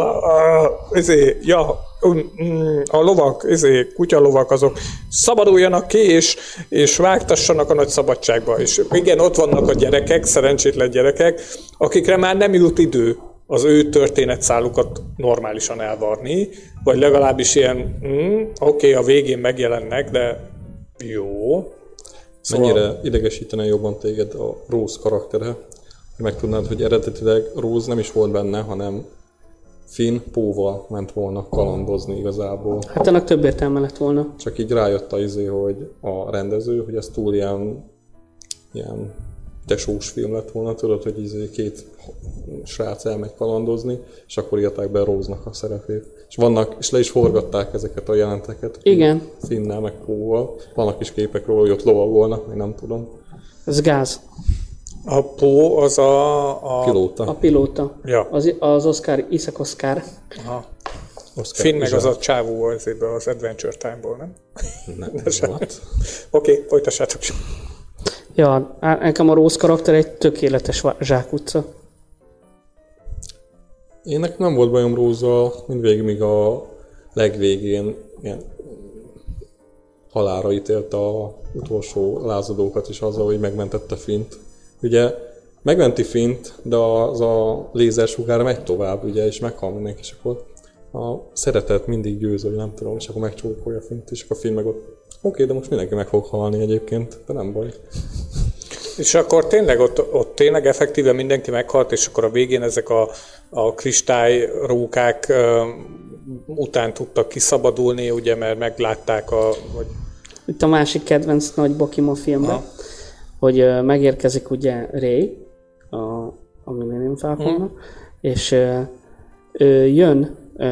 a lovak, kutyalovak, azok szabaduljanak ki, és vágtassanak a nagy szabadságba. És igen, ott vannak a gyerekek, szerencsétlen gyerekek, akikre már nem jut idő az ő történetszálukat normálisan elvarni, vagy legalábbis ilyen, a végén megjelennek, de jó. Szóval... Mennyire idegesítene jobban téged a Rose karaktere, hogy megtudnád, hogy eredetileg Rose nem is volt benne, hanem Finn Poe-val ment volna kalandozni igazából. Hát ennek több értelme lett volna. Csak így rájött hogy a rendező, hogy ez túl ilyen tesós film lett volna, tudod, hogy két srác elmegy kalandozni, és akkor írták be Rose-nak a szerepét. És le is forgatták ezeket a jelenteket. Igen. Finnnel, meg Poe-val. Vannak is képek róla, hogy ott lovagolnak, még nem tudom. Ez gáz. A Poe az a pilóta. A pilóta. Ja. Az Oscar, Isaac Oscar. Aha. Finn meg az a csávó az Adventure Time-ból, nem? Nem. Oké, folytassátok. Ja, nekem a Rose karakter egy tökéletes zsákutca. Én nekem nem volt bajom Rose-zal, mindvégig még a legvégén ilyen halálra ítélt a utolsó lázadókat is azzal, hogy megmentette Finnt. Ugye megmenti Finnt, de az a lézersugár megy tovább, ugye, és meghal mindenki, és akkor a szeretet mindig győz, hogy nem tudom, és akkor megcsókolja Finnt, és akkor Finn meg ott oké, de most mindenki meg fog halni egyébként, de nem baj. És akkor tényleg ott tényleg effektíven mindenki meghalt, és akkor a végén ezek a kristályrókák után tudtak kiszabadulni, ugye, mert meglátták hogy... Itt a másik kedvenc nagy Bakima filmben, hogy megérkezik ugye Rey, a Millennium Falconnak, és jön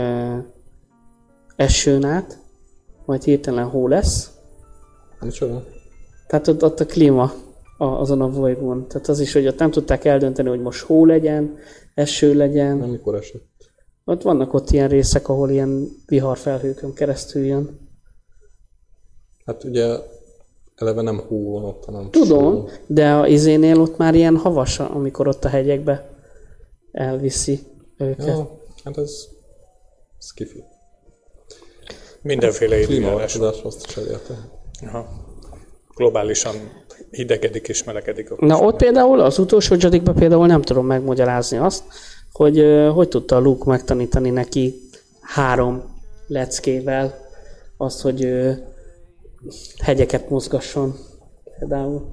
esőn át, majd hirtelen hó lesz. Micsoda? Tehát ott a klíma azon a bolygón. Tehát az is, hogy ott nem tudták eldönteni, hogy most hó legyen, eső legyen. Nem, mikor esett. Ott vannak ilyen részek, ahol ilyen viharfelhőkön keresztül jön. Hát ugye eleve nem hó van ott, hanem tudom, de a izénél ott már ilyen havas, amikor ott a hegyekbe elviszi őket. Ja, hát ez skifi. Mindenféle időjárás. Klímaváltozás, azt is elérte. Globálisan hidegedik és melegedik. Na ott például az utolsó Jediben például nem tudom megmagyarázni azt, hogy tudta Luke megtanítani neki 3 leckével azt, hogy hegyeket mozgasson például.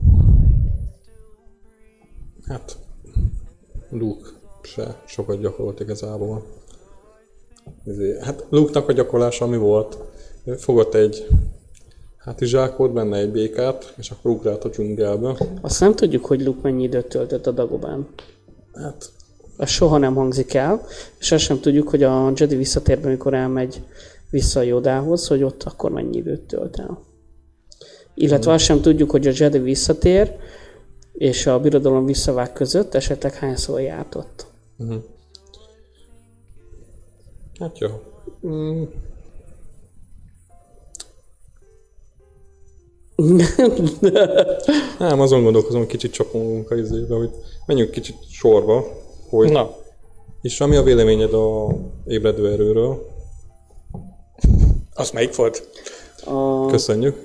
Hát Luke se sokat gyakorolt igazából. Hát Luke-nak a gyakorlása mi volt? Fogott egy hátizsákot, benne egy békát, és akkor ugrált a dzsungelbe. Azt nem tudjuk, hogy Luke mennyi időt töltött a Dagobán. Hát... Ez soha nem hangzik el, és azt sem tudjuk, hogy a Jedi visszatérben, amikor elmegy vissza a Yodához, hogy ott akkor mennyi időt tölt el. Illetve azt sem tudjuk, hogy a Jedi visszatér, és a birodalom visszavág között esetleg hányszor járt ott. Hát jó. Nem, azon gondolkozom, hogy kicsit csapolunk a izébe, hogy menjünk kicsit sorba, hogy... Na. És mi a véleményed a ébredő erőről? Az melyik volt? Köszönjük.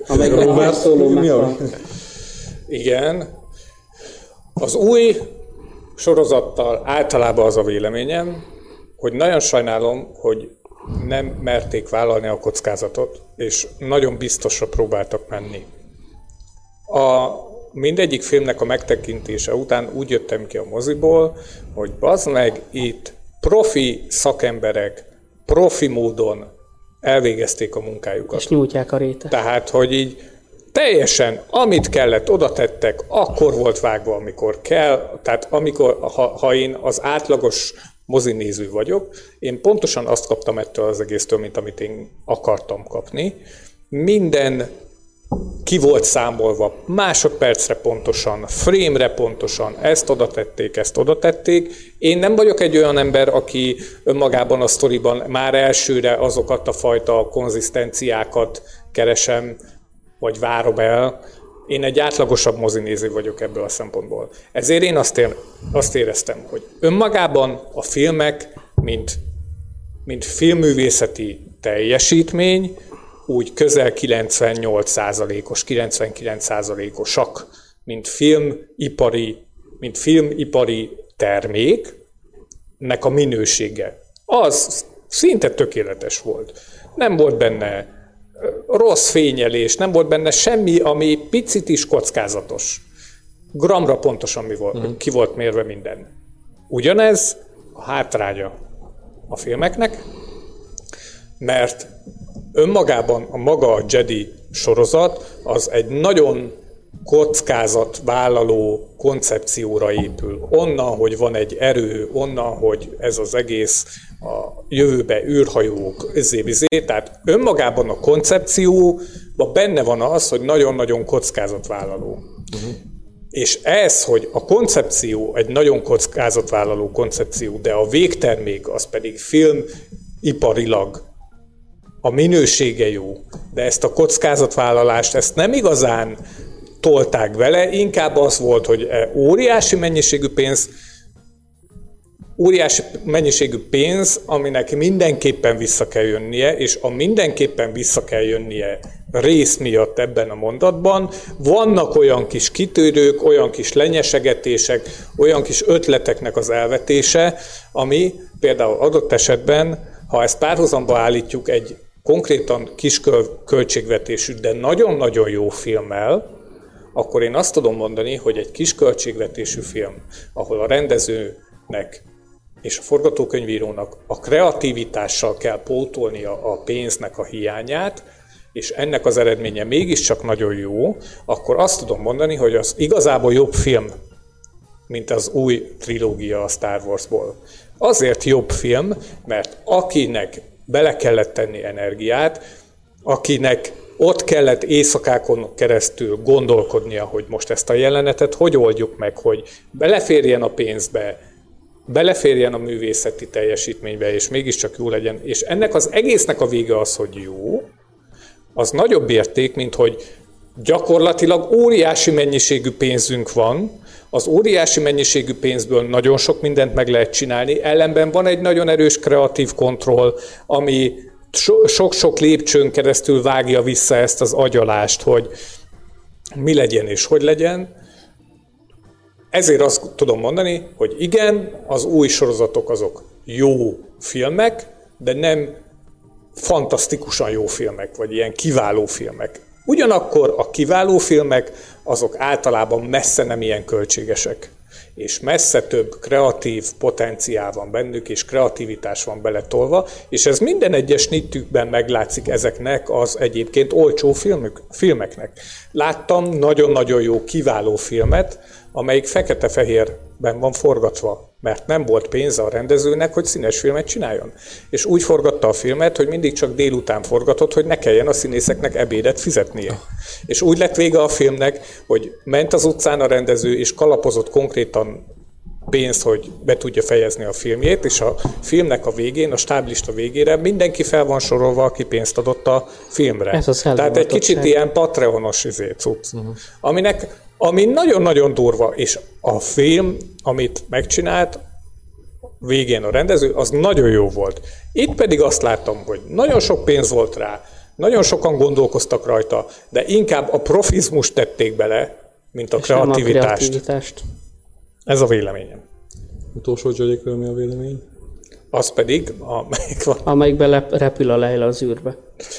Igen. Az új sorozattal általában az a véleményem, hogy nagyon sajnálom, hogy nem merték vállalni a kockázatot, és nagyon biztosra próbáltak menni. Mindegyik filmnek a megtekintése után úgy jöttem ki a moziból, hogy bazd meg, itt profi szakemberek, profi módon elvégezték a munkájukat. És nyújtják a rétet. Tehát, hogy így teljesen, amit kellett, oda tettek, akkor volt vágva, amikor kell. Tehát amikor, ha én az átlagos mozinéző vagyok, én pontosan azt kaptam ettől az egésztől, mint amit én akartam kapni. Minden ki volt számolva, másodpercre pontosan, frame-re pontosan, ezt oda tették, ezt oda tették. Én nem vagyok egy olyan ember, aki önmagában a sztoriban már elsőre azokat a fajta konzisztenciákat keresem, vagy várom el. Én egy átlagosabb mozinéző vagyok ebből a szempontból. Ezért én azt éreztem, hogy önmagában a filmek, mint filmművészeti teljesítmény, úgy közel 98%-os, 99%-osak, mint filmipari terméknek a minősége. Az szinte tökéletes volt. Nem volt benne rossz fényelés, nem volt benne semmi, ami picit is kockázatos. Gramra pontosan ki volt mérve minden. Ugyanez a hátránya a filmeknek, mert önmagában a maga a Jedi sorozat az egy nagyon kockázatvállaló koncepcióra épül. Onnan, hogy van egy erő, onnan, hogy ez az egész a jövőbe űrhajók, tehát önmagában a koncepcióban benne van az, hogy nagyon-nagyon kockázatvállaló. És ez, hogy a koncepció egy nagyon kockázatvállaló koncepció, de a végtermék az pedig filmiparilag a minősége jó, de ezt a kockázatvállalást, ezt nem igazán tolták vele, inkább az volt, hogy óriási mennyiségű pénz, aminek mindenképpen vissza kell jönnie, és a mindenképpen vissza kell jönnie rész miatt ebben a mondatban. Vannak olyan kis kitörők, olyan kis lenyesegetések, olyan kis ötleteknek az elvetése, ami például adott esetben, ha ezt párhuzamba állítjuk egy konkrétan kis költségvetésű, de nagyon-nagyon jó filmmel, akkor én azt tudom mondani, hogy egy kis költségvetésű film, ahol a rendezőnek és a forgatókönyvírónak a kreativitással kell pótolnia a pénznek a hiányát, és ennek az eredménye mégiscsak nagyon jó, akkor azt tudom mondani, hogy az igazából jobb film, mint az új trilógia a Star Warsból. Azért jobb film, mert akinek bele kellett tenni energiát, akinek ott kellett éjszakákon keresztül gondolkodnia, hogy most ezt a jelenetet hogy oldjuk meg, hogy beleférjen a pénzbe, beleférjen a művészeti teljesítménybe, és mégiscsak jó legyen. És ennek az egésznek a vége az, hogy jó, az nagyobb érték, mint hogy gyakorlatilag óriási mennyiségű pénzünk van, az óriási mennyiségű pénzből nagyon sok mindent meg lehet csinálni, ellenben van egy nagyon erős kreatív kontroll, ami sok-sok lépcsőn keresztül vágja vissza ezt az agyalást, hogy mi legyen és hogy legyen. Ezért azt tudom mondani, hogy igen, az új sorozatok azok jó filmek, de nem fantasztikusan jó filmek, vagy ilyen kiváló filmek. Ugyanakkor a kiváló filmek azok általában messze nem ilyen költségesek, és messze több kreatív potenciál van bennük, és kreativitás van beletolva, és ez minden egyes snittükben meglátszik ezeknek az egyébként olcsó filmeknek. Láttam nagyon-nagyon jó, kiváló filmet, amelyik fekete-fehérben van forgatva, mert nem volt pénze a rendezőnek, hogy színes filmet csináljon. És úgy forgatta a filmet, hogy mindig csak délután forgatott, hogy ne kelljen a színészeknek ebédet fizetnie. És úgy lett vége a filmnek, hogy ment az utcán a rendező, és kalapozott konkrétan pénzt, hogy be tudja fejezni a filmjét, és a filmnek a végén, a stáblista végére mindenki fel van sorolva, aki pénzt adott a filmre. Tehát egy kicsit ilyen Patreonos cucc. Ami nagyon-nagyon durva, és a film, amit megcsinált, végén a rendező, az nagyon jó volt. Itt pedig azt láttam, hogy nagyon sok pénz volt rá, nagyon sokan gondolkoztak rajta, de inkább a profizmust tették bele, mint a kreativitást. Ez a véleményem. Utolsó Jedi-kről mi a vélemény? Az pedig, amelyikben repül a Leila az űrbe.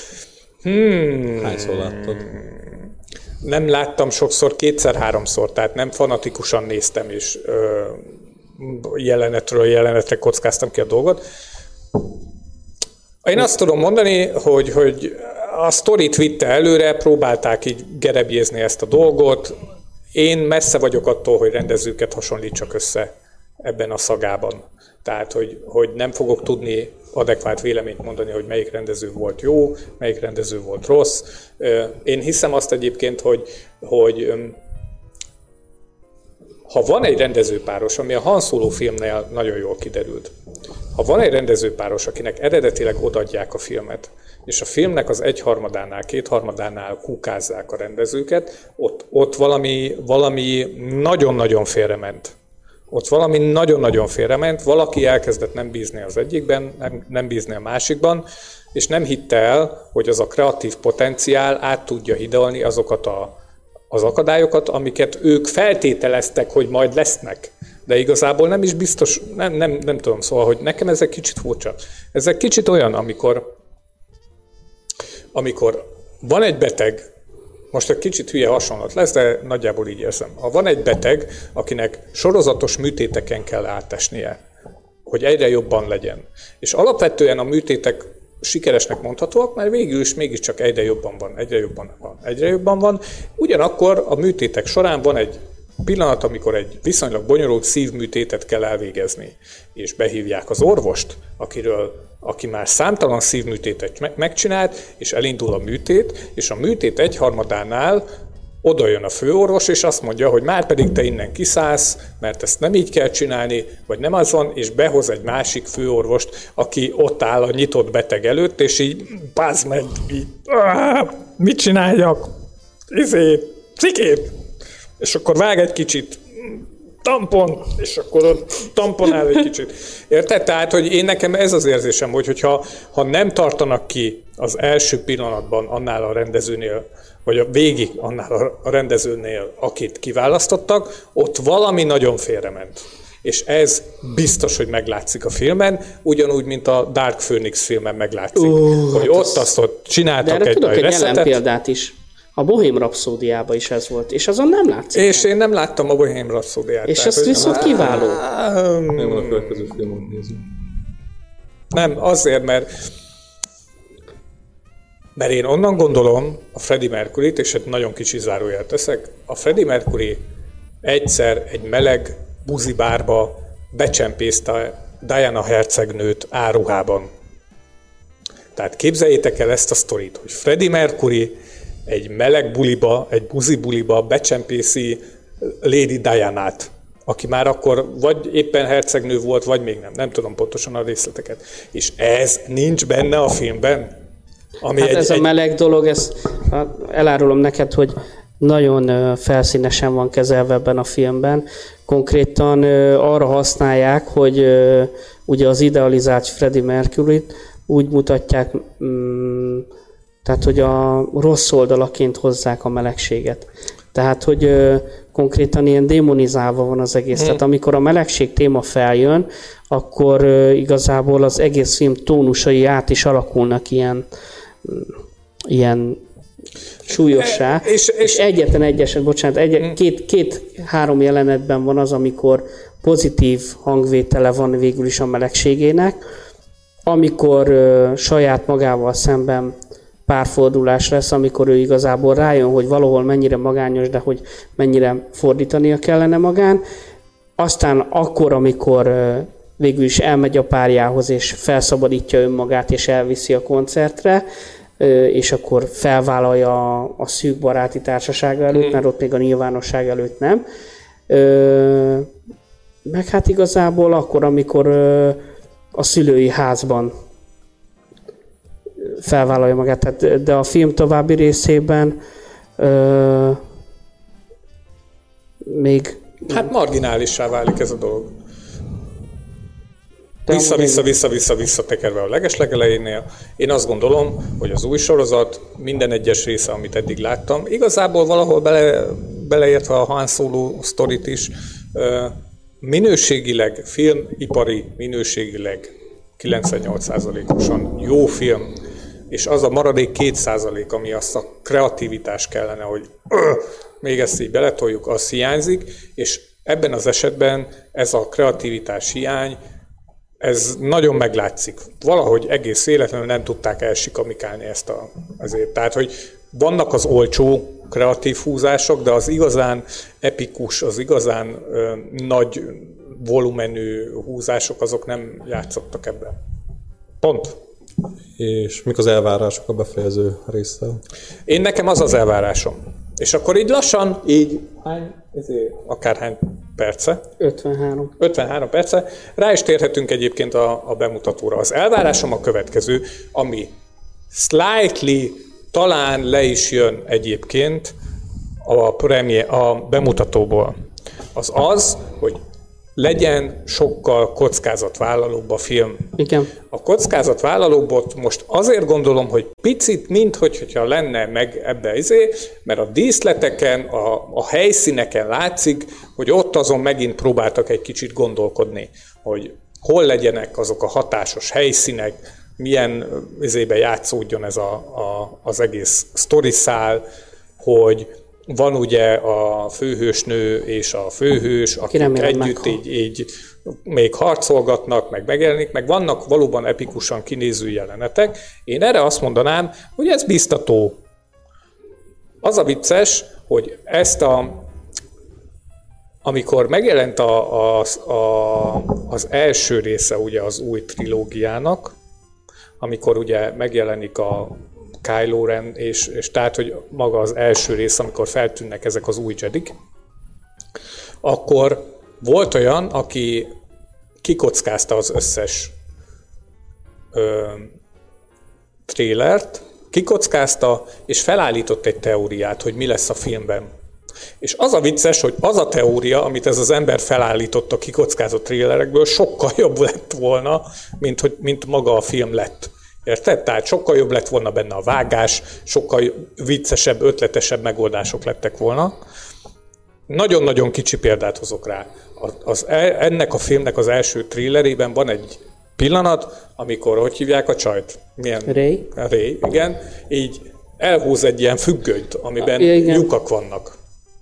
Hányszor láttad? Nem láttam sokszor, 2-3-szor, tehát nem fanatikusan néztem, és jelenetről jelenetre kockáztam ki a dolgot. Én azt tudom mondani, hogy a sztorit vitte előre, próbálták így gerebjézni ezt a dolgot. Én messze vagyok attól, hogy rendezőket hasonlítsak össze ebben a szagában. Tehát, hogy nem fogok tudni adekvát véleményt mondani, hogy melyik rendező volt jó, melyik rendező volt rossz. Én hiszem azt egyébként, hogy ha van egy rendezőpáros, ami a Han Solo filmnél nagyon jól kiderült, ha van egy rendezőpáros, akinek eredetileg odaadják a filmet, és a filmnek az 1/3-ánál, 2/3-ánál kúkázzák a rendezőket, ott valami nagyon-nagyon félrement. Ott valami nagyon-nagyon félrement, valaki elkezdett nem bízni az egyikben, nem bízni a másikban, és nem hitte el, hogy az a kreatív potenciál át tudja hidalni azokat az akadályokat, amiket ők feltételeztek, hogy majd lesznek. De igazából nem is biztos, nem tudom, szóval, hogy nekem ez egy kicsit furcsa. Ez egy kicsit olyan, amikor van egy beteg, most egy kicsit hülye hasonlat lesz, de nagyjából így érzem. Ha van egy beteg, akinek sorozatos műtéteken kell átesnie, hogy egyre jobban legyen, és alapvetően a műtétek sikeresnek mondhatóak, mert végül is mégiscsak egyre jobban van. Ugyanakkor a műtétek során van egy pillanat, amikor egy viszonylag bonyolult szívműtétet kell elvégezni, és behívják az orvost, aki már számtalan szívműtétet megcsinált, és elindul a műtét, és a műtét 1/3-ánál oda jön a főorvos, és azt mondja, hogy már pedig te innen kiszállsz, mert ezt nem így kell csinálni, vagy nem az van, és behoz egy másik főorvost, aki ott áll a nyitott beteg előtt, és így bázd meg, így, mit csináljak? Cikét! És akkor vág egy kicsit, tampon, és akkor tamponál egy kicsit. Érted? Tehát, hogy én nekem ez az érzésem, hogyha nem tartanak ki az első pillanatban annál a rendezőnél, vagy a végig annál a rendezőnél, akit kiválasztottak, ott valami nagyon félrement. És ez biztos, hogy meglátszik a filmen, ugyanúgy, mint a Dark Phoenix filmen meglátszik. Hogy ott csináltak egy nagy reszetet. Jelen példát is. A Bohém Rhapsódiában is ez volt, és azon nem látszik. És én nem láttam a Bohém Rhapsódiát. És ez viszont kiváló. Nem van a következő filmot nézni. Nem, azért, mert én onnan gondolom a Freddie Mercuryt, és egy nagyon kicsi zárójel teszek, a Freddie Mercury egyszer egy meleg buzibárba becsempészte Diana hercegnőt áruhában. Tehát képzeljétek el ezt a sztorit, hogy Freddie Mercury egy meleg buliba, egy buzi buliba becsempészi Lady Dianát, aki már akkor vagy éppen hercegnő volt, vagy még nem tudom pontosan a részleteket. És ez nincs benne a filmben. Ami hát ez a meleg dolog, elárulom neked, hogy nagyon felszínesen van kezelve ebben a filmben. Konkrétan arra használják, hogy ugye az idealizált Freddie Mercuryt úgy mutatják, tehát, hogy a rossz oldalaként hozzák a melegséget. Tehát, hogy konkrétan ilyen démonizálva van az egész. Tehát amikor a melegség téma feljön, akkor igazából az egész film tónusai át is alakulnak ilyen súlyossá. És egyetlen egy eset, bocsánat, két-három jelenetben van az, amikor pozitív hangvétele van végül is a melegségének, amikor saját magával szemben párfordulás lesz, amikor ő igazából rájön, hogy valahol mennyire magányos, de hogy mennyire fordítania kellene magán. Aztán akkor, amikor végül is elmegy a párjához, és felszabadítja önmagát, és elviszi a koncertre, és akkor felvállalja a szűk baráti társasága előtt, mert ott még a nyilvánosság előtt nem. Meg hát igazából akkor, amikor a szülői házban felvállalja magát. Tehát, de a film további részében még... Hát marginálissá válik ez a dolog. Vissza tekerve a legeslegelejénél. Én azt gondolom, hogy az új sorozat minden egyes része, amit eddig láttam, igazából valahol beleértve a Han Solo sztorit is, minőségileg, filmipari minőségileg 98%-osan jó film, és az a maradék 2%, ami azt a kreativitás kellene, hogy még ezt így beletoljuk, az hiányzik, és ebben az esetben ez a kreativitás hiány ez nagyon meglátszik. Valahogy egész véletlenül nem tudták elsikamikálni ezt azért. Tehát, hogy vannak az olcsó kreatív húzások, de az igazán epikus, az igazán nagy volumenű húzások, azok nem játszottak ebben. Pont. És mik az elvárások a befejező résszel? Nekem az elvárásom. És akkor így lassan, akárhány perce? 53. 53 perce. Rá is térhetünk egyébként a bemutatóra. Az elvárásom a következő, ami slightly talán le is jön egyébként a bemutatóból. Az, hogy legyen sokkal kockázatvállalóbb a film. Igen. A kockázatvállalóbbot most azért gondolom, hogy picit, minthogyha lenne meg ebbe mert a díszleteken, a helyszíneken látszik, hogy ott azon megint próbáltak egy kicsit gondolkodni, hogy hol legyenek azok a hatásos helyszínek, milyen játszódjon ez az egész sztoriszál, hogy van ugye a főhősnő és a főhős, akik együtt így még harcolgatnak, meg megjelenik, meg vannak valóban epikusan kinéző jelenetek. Én erre azt mondanám, hogy ez biztató. Az a vicces, hogy amikor megjelent az első része ugye az új trilógiának, amikor ugye megjelenik a Kylo Ren, és tehát, hogy maga az első rész, amikor feltűnnek ezek az új Jedik, akkor volt olyan, aki kikockázta az összes trélert, kikockázta, és felállított egy teóriát, hogy mi lesz a filmben. És az a vicces, hogy az a teória, amit ez az ember felállított a kikockázott trélerekből, sokkal jobb lett volna, mint maga a film lett. Érted? Tehát sokkal jobb lett volna benne a vágás, sokkal viccesebb, ötletesebb megoldások lettek volna. Nagyon-nagyon kicsi példát hozok rá. Ennek a filmnek az első trélerében van egy pillanat, amikor, hogy hívják a csajt? Ray, igen. Így elhúz egy ilyen függönyt, amiben lyukak vannak.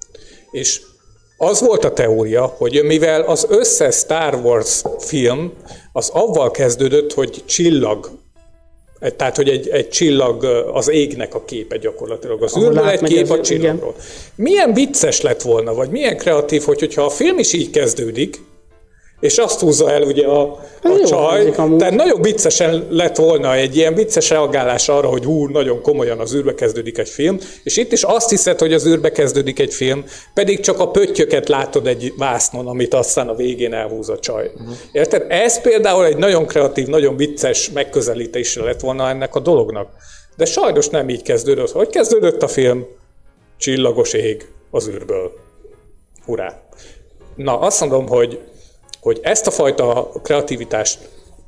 És az volt a teória, hogy mivel az összes Star Wars film az avval kezdődött, hogy csillag, tehát, hogy egy csillag az égnek a képe gyakorlatilag. Az űrből egy kép a csillagról. Igen. Milyen vicces lett volna, vagy milyen kreatív, hogyha a film is így kezdődik, és azt húzza el ugye a csaj. Tehát nagyon viccesen lett volna egy ilyen vicces reagálás arra, hogy nagyon komolyan az űrbe kezdődik egy film, és itt is azt hiszed, hogy az űrbe kezdődik egy film, pedig csak a pöttyöket látod egy vásznon, amit aztán a végén elhúz a csaj. Érted? Ez például egy nagyon kreatív, nagyon vicces megközelítésre lett volna ennek a dolognak. De sajnos nem így kezdődött. Hogy kezdődött a film? Csillagos ég az űrből. Hurrá! Na, azt mondom, hogy ezt a fajta kreativitást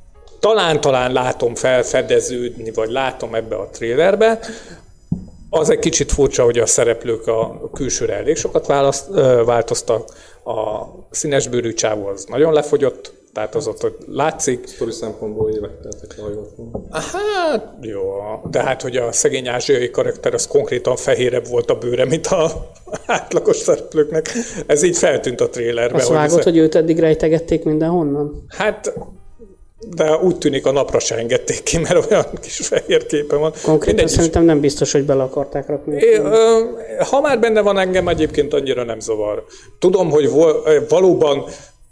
talán látom felfedeződni, vagy látom ebbe a trélerbe. Az egy kicsit furcsa, hogy a szereplők a külsőre elég sokat változtak. A színesbőrű csávó az nagyon lefogyott, tehát az ott látszik. Sztori szempontból évek teltek le, hát jó, de hát, hogy a szegény ázsiai karakter az konkrétan fehérebb volt a bőre, mint a átlagos szereplőknek. Ez így feltűnt a trélerben. Azt vágott, hogy őt eddig rejtegették mindenhonnan? Hát, de úgy tűnik a napra se engedték ki, mert olyan kis fehér képe van. Konkrétan szerintem nem biztos, hogy bele akarták rakni. Ha már benne van, engem egyébként annyira nem zavar. Tudom, hogy valóban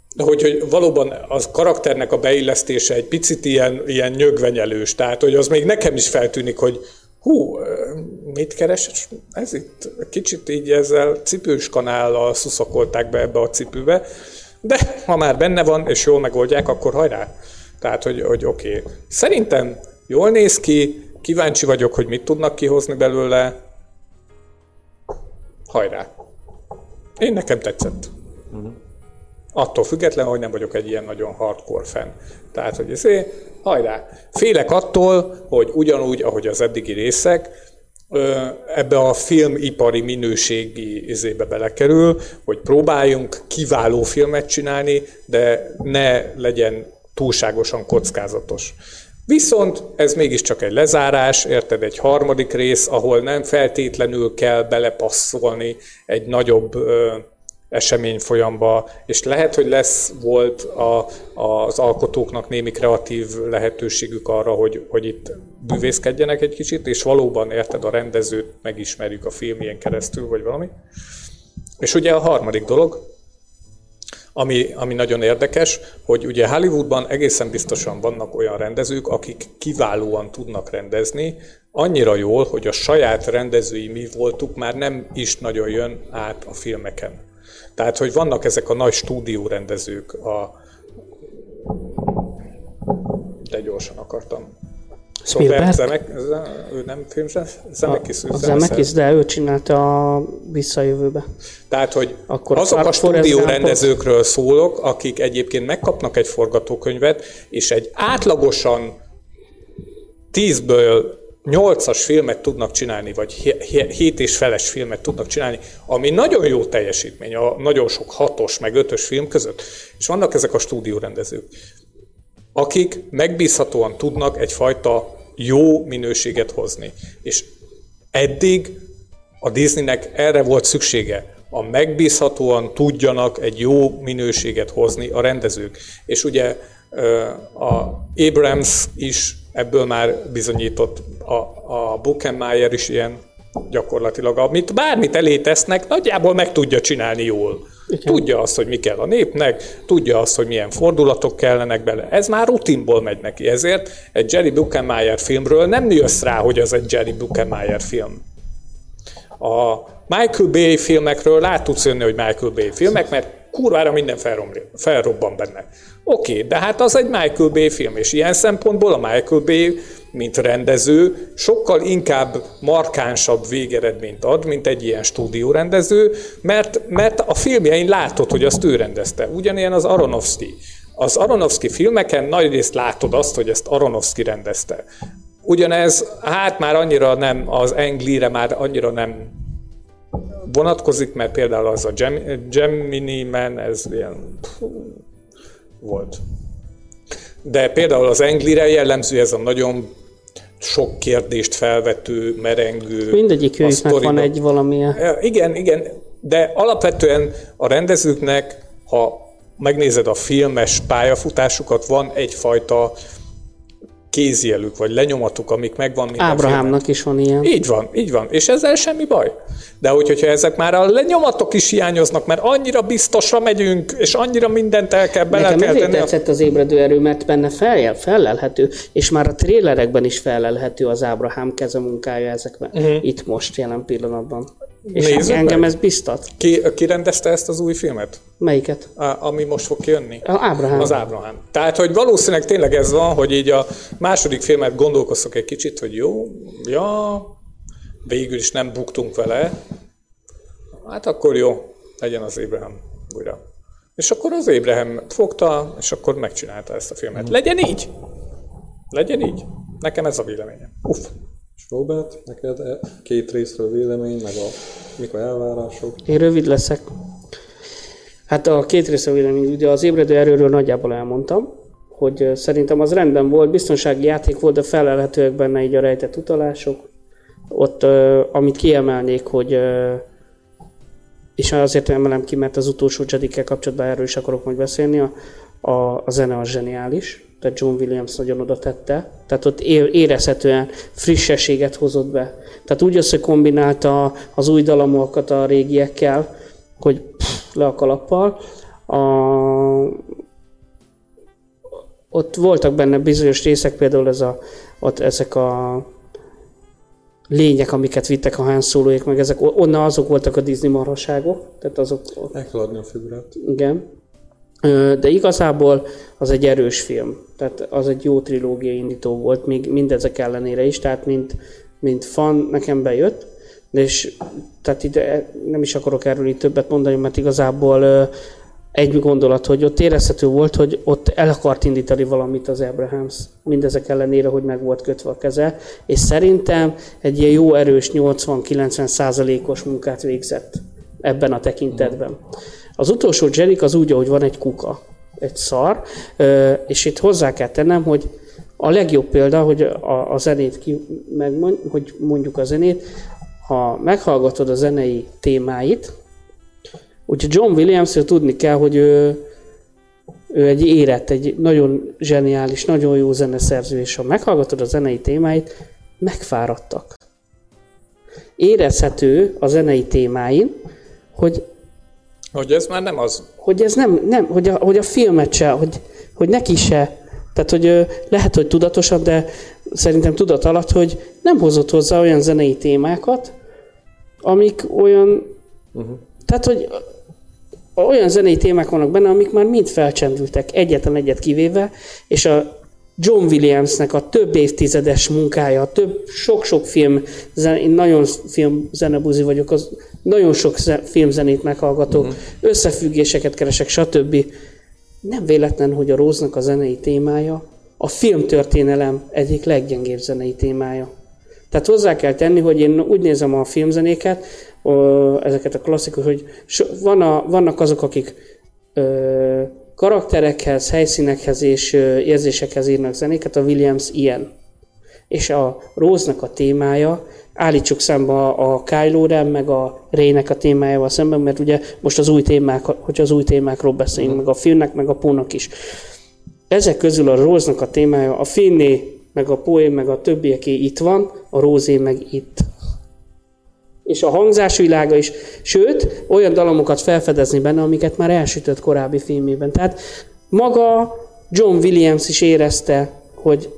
az karakternek a beillesztése egy picit ilyen nyögvenyelős, tehát hogy az még nekem is feltűnik, hogy mit keres? Ez itt kicsit így ezzel cipős kanállal szuszakolták be ebbe a cipőbe, de ha már benne van, és jól megoldják, akkor hajrá! Tehát, hogy oké. Szerintem jól néz ki, kíváncsi vagyok, hogy mit tudnak kihozni belőle. Hajrá! Nekem tetszett. Attól függetlenül, hogy nem vagyok egy ilyen nagyon hardcore fan. Tehát, hogy hajrá! Félek attól, hogy ugyanúgy, ahogy az eddigi részek, ebbe a filmipari minőségi izébe belekerül, hogy próbáljunk kiváló filmet csinálni, de ne legyen túlságosan kockázatos. Viszont ez mégiscsak egy lezárás, érted, egy harmadik rész, ahol nem feltétlenül kell belepasszolni egy nagyobb esemény folyamba, és lehet, hogy volt az alkotóknak némi kreatív lehetőségük arra, hogy itt bűvészkedjenek egy kicsit, és valóban érted, a rendezőt megismerjük a filmjén keresztül, vagy valami. És ugye a harmadik dolog, ami nagyon érdekes, hogy ugye Hollywoodban egészen biztosan vannak olyan rendezők, akik kiválóan tudnak rendezni, annyira jól, hogy a saját rendezői mi voltuk már nem is nagyon jön át a filmeken. Tehát, hogy vannak ezek a nagy stúdiórendezők, de gyorsan akartam. Spielberg? Ő nem Zemeckis. A Zemeckis, de ő csinálta a Visszajövőbe. Tehát, hogy akkor azok a stúdiórendezőkről szólok, akik egyébként megkapnak egy forgatókönyvet, és egy átlagosan 10-ből 8-as filmet tudnak csinálni, vagy 7 és feles filmet tudnak csinálni, ami nagyon jó teljesítmény a nagyon sok 6-os, meg 5-ös film között. És vannak ezek a stúdiórendezők, akik megbízhatóan tudnak egyfajta jó minőséget hozni. És eddig a Disneynek erre volt szüksége. A megbízhatóan tudjanak egy jó minőséget hozni a rendezők. És ugye a Abrams is ebből már bizonyított, a Buchenmayer is ilyen gyakorlatilag, amit bármit elé tesznek, nagyjából meg tudja csinálni jól. Igen. Tudja azt, hogy mi kell a népnek, tudja azt, hogy milyen fordulatok kellenek bele. Ez már rutinból megy neki. Ezért egy Jerry Buchenmayer filmről nem jössz rá, hogy az egy Jerry Buchenmayer film. A Michael Bay filmekről rá tudsz jönni, hogy Michael Bay filmek, mert kurvára minden felrobban benne. Oké, de hát az egy Michael Bay film, és ilyen szempontból a Michael Bay, mint rendező, sokkal inkább markánsabb végeredményt ad, mint egy ilyen stúdiórendező, mert a filmjein látod, hogy azt ő rendezte. Ugyanilyen az Aronofsky. Az Aronofsky filmeken nagyrészt látod azt, hogy ezt Aronofsky rendezte. Ugyanez, hát már annyira nem, az Ang Lee-re már annyira nem vonatkozik, mert például az a Gemini Man, ez ilyen volt. De például az Ang Lee-re jellemző ez a nagyon sok kérdést felvető, merengő. Mindegyik őknek van egy valamilyen. Igen, de alapvetően a rendezőknek, ha megnézed a filmes pályafutásukat, van egyfajta kézjelük, vagy lenyomatuk, amik megvan. Ábrahámnak is van ilyen. Így van, és ezzel semmi baj. De hogyha ezek már a lenyomatok is hiányoznak, mert annyira biztosra megyünk, és annyira mindent el kell bele Nekem kell tenni. Nekem tetszett az ébredő erő, mert benne fellelhető, és már a trélerekben is fellelhető az Ábrahám kezemunkája ezekben. Itt most, jelen pillanatban. És nézzük engem meg. Ez biztat. Ki rendezte ezt az új filmet? Melyiket? Ami most fog kijönni? Ábrahám. Az Ábrahám. Tehát, hogy valószínűleg tényleg ez van, hogy így a második filmet gondolkoztok egy kicsit, hogy jó, végül is nem buktunk vele, hát akkor jó, legyen az Abraham újra. És akkor az Abraham fogta, és akkor megcsinálta ezt a filmet. Legyen így! Nekem ez a véleményem. És Robert, neked két részről vélemény, meg mik a elvárások? Én rövid leszek. Hát a két részről vélemény, ugye az ébredő erőről nagyjából elmondtam, hogy szerintem az rendben volt, biztonsági játék volt, de felelhetőek benne így a rejtett utalások. Ott, amit kiemelnék, hogy, és azért emelem ki, mert az utolsó Jedi-kkel kapcsolatban erről is akarok majd beszélni, a zene az zseniális, tehát John Williams nagyon oda tette, tehát ott érezhetően frissességet hozott be. Tehát úgy összekombinálta az új dalamokat a régiekkel, hogy le a kalappal. Ott voltak benne bizonyos részek, például ezek a lények, amiket vittek a Han Soloék, meg ezek, onnan azok voltak a Disney marhaságok. Tehát azok... El kell adni a figurát. Igen. De igazából az egy erős film. Tehát az egy jó trilógia indító volt, még mindezek ellenére is, tehát mint fan nekem bejött. És tehát ide nem is akarok erről így többet mondani, mert igazából egy gondolat, hogy ott érezhető volt, hogy ott el akart indítani valamit az Abrahams, mindezek ellenére, hogy meg volt kötve a keze, és szerintem egy ilyen jó erős 80-90%-os munkát végzett ebben a tekintetben. Az utolsó Jedi az úgy, ahogy van egy kuka, egy szar, és itt hozzá kell tennem, hogy a legjobb példa, hogy a zenét hogy mondjuk a zenét, ha meghallgatod a zenei témáit, Ugye John Williamsről tudni kell, hogy ő egy érett, egy nagyon zseniális, nagyon jó zeneszerző, és ha meghallgatod a zenei témáit, megfáradtak. Érezhető a zenei témáin, hogy ez már nem az. Hogy ez nem hogy a filmet se, hogy neki se, tehát hogy lehet, hogy tudatosan, de szerintem tudat alatt, hogy nem hozott hozzá olyan zenei témákat, amik olyan, tehát hogy olyan zenei témák vannak benne, amik már mind felcsendültek, egyetlen egyet kivéve, és a John Williamsnek a több évtizedes munkája, sok-sok film, én nagyon filmzenebuzi vagyok, nagyon sok filmzenét meghallgatok, összefüggéseket keresek, stb. Nem véletlen, hogy a Rose-nak a zenei témája a filmtörténelem egyik leggyengébb zenei témája. Tehát hozzá kell tenni, hogy én úgy nézem a filmzenéket, ezeket a klasszikus, hogy vannak azok, akik karakterekhez, helyszínekhez és érzésekhez írnak zenéket, a Williams ilyen. És a Rose-nak a témája, állítsuk szembe a Kylo Ren meg a Rey-nek a témájával szemben, mert ugye most az új témák, hogyha az új témákról beszélünk, meg a filmnek, meg a Pónak is. Ezek közül a Rose-nak a témája, a Finné, meg a Poé, meg a többieké itt van, a Rosé meg itt. És a hangzásvilága is, sőt, olyan dalomokat felfedezni benne, amiket már elsütött korábbi filmében. Tehát maga John Williams is érezte, hogy...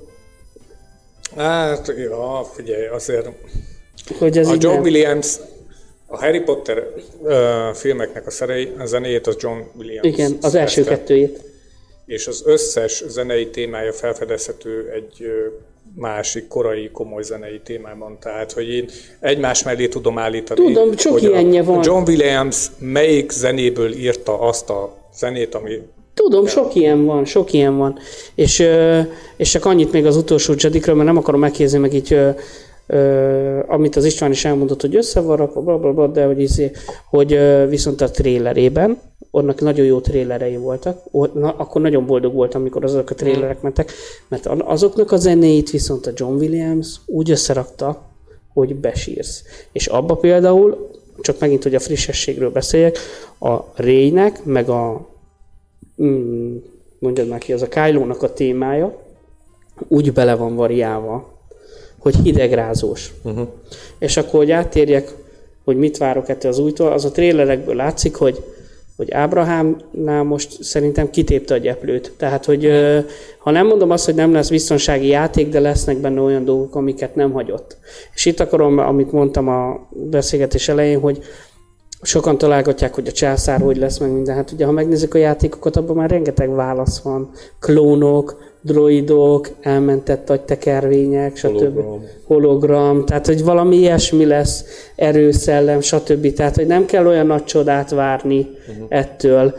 Hát, ja, figyelj, azért... Hogy ez a John nem... Williams, a Harry Potter filmeknek a zenéjét az John Williams. Igen, az első kettőjét. És az összes zenei témája felfedezhető egy másik korai komoly zenei témában. Tehát, hogy én egymás mellé tudom állítani, tudom, sok hogy ilyenje van. John Williams melyik zenéből írta azt a zenét, ami... Tudom, sok ilyen van. És csak annyit még az utolsó Jedikről, mert nem akarom megkérdezni meg így, amit az István is elmondott, hogy össze van rakva, blablabla, de hogy viszont a trélerében, annak nagyon jó trélerei voltak, akkor nagyon boldog voltam, amikor azok a trélerek mentek, mert azoknak a zenéit viszont a John Williams úgy összerakta, hogy besírsz. És abba például, csak megint, hogy a frissességről beszéljek, a Rey-nek, meg a mondjad már ki, az a Kylo-nak a témája úgy bele van variálva, hogy hidegrázós. És akkor, hogy áttérjek, hogy mit várok ettől az újtól, az a trélerekből látszik, hogy Ábrahámnál most szerintem kitépte a gyeplőt. Tehát, hogy ha nem mondom azt, hogy nem lesz biztonsági játék, de lesznek benne olyan dolgok, amiket nem hagyott. És itt akarom, amit mondtam a beszélgetés elején, hogy sokan találgatják, hogy a császár hogy lesz, meg minden. Hát ugye, ha megnézzük a játékokat, abban már rengeteg válasz van. Klónok, droidok, elmentett agytekervények, stb. Hologram. Tehát, hogy valami ilyesmi lesz, erőszellem, stb. Tehát, hogy nem kell olyan nagy csodát várni ettől.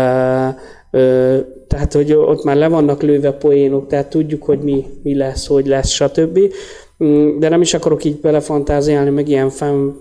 Tehát, hogy ott már le vannak lőve poénok, tehát tudjuk, hogy mi lesz, hogy lesz, stb. De nem is akarok így belefantáziálni, meg ilyen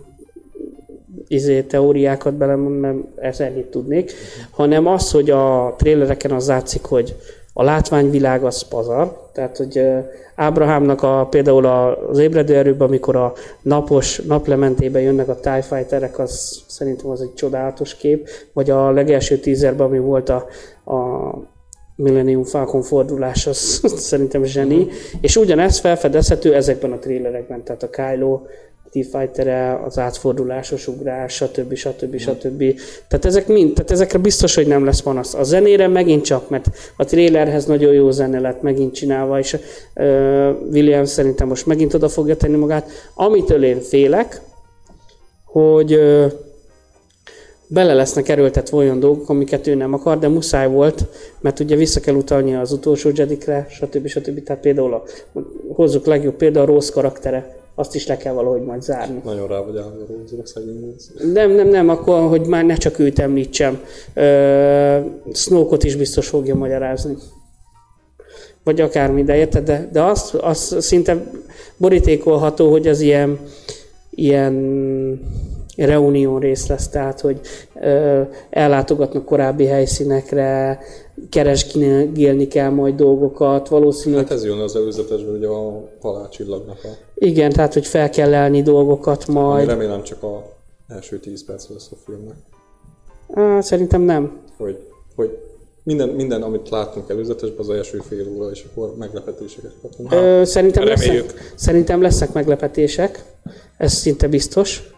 teóriákat belemondani, mert ezt ennyit tudnék, hanem az, hogy a trélereken az látszik, hogy a látványvilág az pazar, tehát hogy Ábrahámnak például az ébredő erőben, amikor a naplementében jönnek a TIE Fighterek, az szerintem az egy csodálatos kép, vagy a legelső teaserben, ami volt a Millennium Falcon fordulás, az szerintem zseni, és ugyanez felfedezhető ezekben a trélerekben, tehát a Kylo T-Fighter-e, az átfordulásos ugrás, stb. Tehát ezekre biztos, hogy nem lesz panasz. A zenére megint csak, mert a trélerhez nagyon jó zene lett megint csinálva, és Williams szerintem most megint oda fogja tenni magát. Amitől én félek, hogy bele lesznek erőltetve olyan dolgok, amiket ő nem akar, de muszáj volt, mert ugye vissza kell utalni az utolsó Jedikre, stb. Tehát például hozzuk legjobb példa a Rose karaktere, azt is le kell valahogy majd zárni. Nagyon rá vagy állni a Rose-ra, szegény Nem, akkor, hogy már ne csak őt említsem. Snoke-ot is biztos fogja magyarázni. Vagy akármi, de érted? De az szinte borítékolható, hogy az ilyen reunión rész lesz, tehát, hogy ellátogatnak korábbi helyszínekre, keresgélni kell majd dolgokat, valószínűleg... Hát ez jön az előzetesben, ugye a halálcsillagnak a... Igen, tehát, hogy fel kell lelni dolgokat majd. Ami remélem csak az első 10 perc lesz a filmnek. Szerintem nem. Hogy minden, amit látunk előzetesben, az első fél óra, és akkor meglepetéseket kapunk. Szerintem lesznek meglepetések, ez szinte biztos.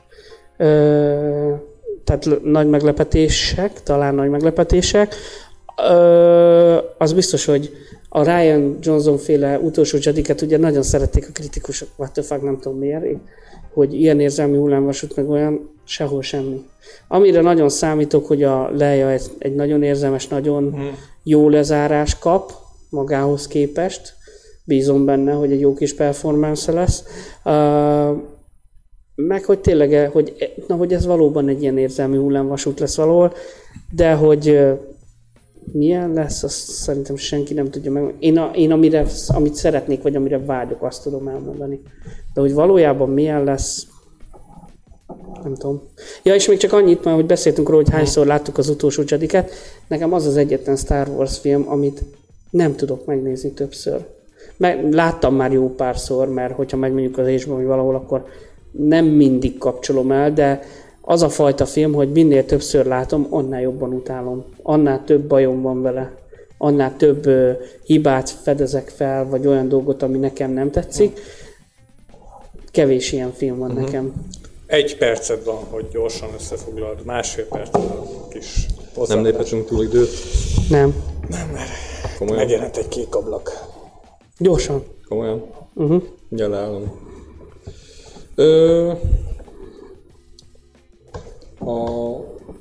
Tehát talán nagy meglepetések. Az biztos, hogy a Ryan Johnson féle utolsó Jediket ugye nagyon szerették a kritikusok, what the fuck, nem tudom miért, hogy ilyen érzelmi hullámvasút, meg olyan, sehol semmi. Amire nagyon számítok, hogy a Leia egy nagyon érzelmes, nagyon jó lezárás kap magához képest. Bízom benne, hogy egy jó kis performance lesz. Meg hogy tényleg, hogy ez valóban egy ilyen érzelmi hullámvasút lesz valahol, de hogy milyen lesz, azt szerintem senki nem tudja meg. Én amit szeretnék, vagy amire vágyok, azt tudom elmondani. De hogy valójában milyen lesz, nem tudom. Ja, és még csak annyit, mert hogy beszéltünk róla, hogy hányszor láttuk az utolsó Jediket, nekem az az egyetlen Star Wars film, amit nem tudok megnézni többször. Láttam már jó párszor, mert hogyha megmondjuk az ésben, hogy valahol, akkor nem mindig kapcsolom el, de az a fajta film, hogy minél többször látom, annál jobban utálom. Annál több bajom van vele. Annál több hibát fedezek fel, vagy olyan dolgot, ami nekem nem tetszik. Kevés ilyen film van nekem. 1 perced van, hogy gyorsan összefoglald. 1,5 perced van kis hozzá. Nem léphetünk túl időt? Nem, mert megjelent egy kék ablak. Gyorsan. Komolyan? Gyere állom. A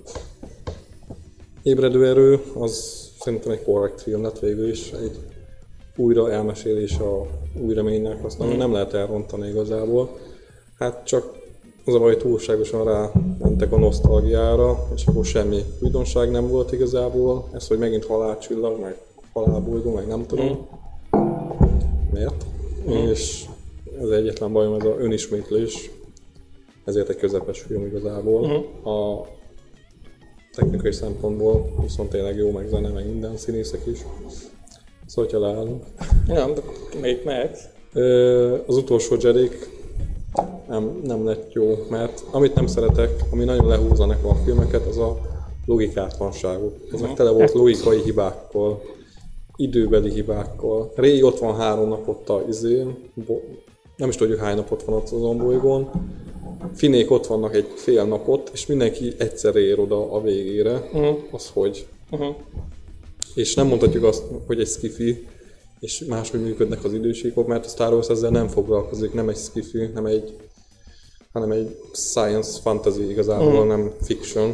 ébredő erő az szerintem egy korrekt film lett végül is, egy újra elmesélés a új reménynek, azt nem lehet elrontani igazából. Hát csak az a baj, hogy túlságosan rámentek a nosztalgiára, és akkor semmi újdonság nem volt igazából. Ez, hogy megint halálcsillag, meg halálbolygó, meg nem tudom. Miért? És ez egyetlen bajom, ez az önismétlés. Ezért egy közepes film igazából. A technikai szempontból viszont tényleg jó, meg zene, meg minden, színészek is. Szóval, hogyha leállunk. Ja, de még mehetsz. Az utolsó Jedik nem lett jó, mert amit nem szeretek, ami nagyon lehúzza nekem a filmeket, az a logikátlanságuk. Ezek tele volt logikai hibákkal, időbeli hibákkal. Rey ott van 3 napot nem is tudjuk hány napot van ott azon bolygón. Finék ott vannak egy fél napot, és mindenki egyszer ér oda a végére. Az hogy? És nem mondhatjuk azt, hogy egy skifi, és máshogy működnek az idősíkok, mert a Star Wars ezzel nem foglalkozik, nem egy skifi, hanem egy science fantasy igazából, nem fiction.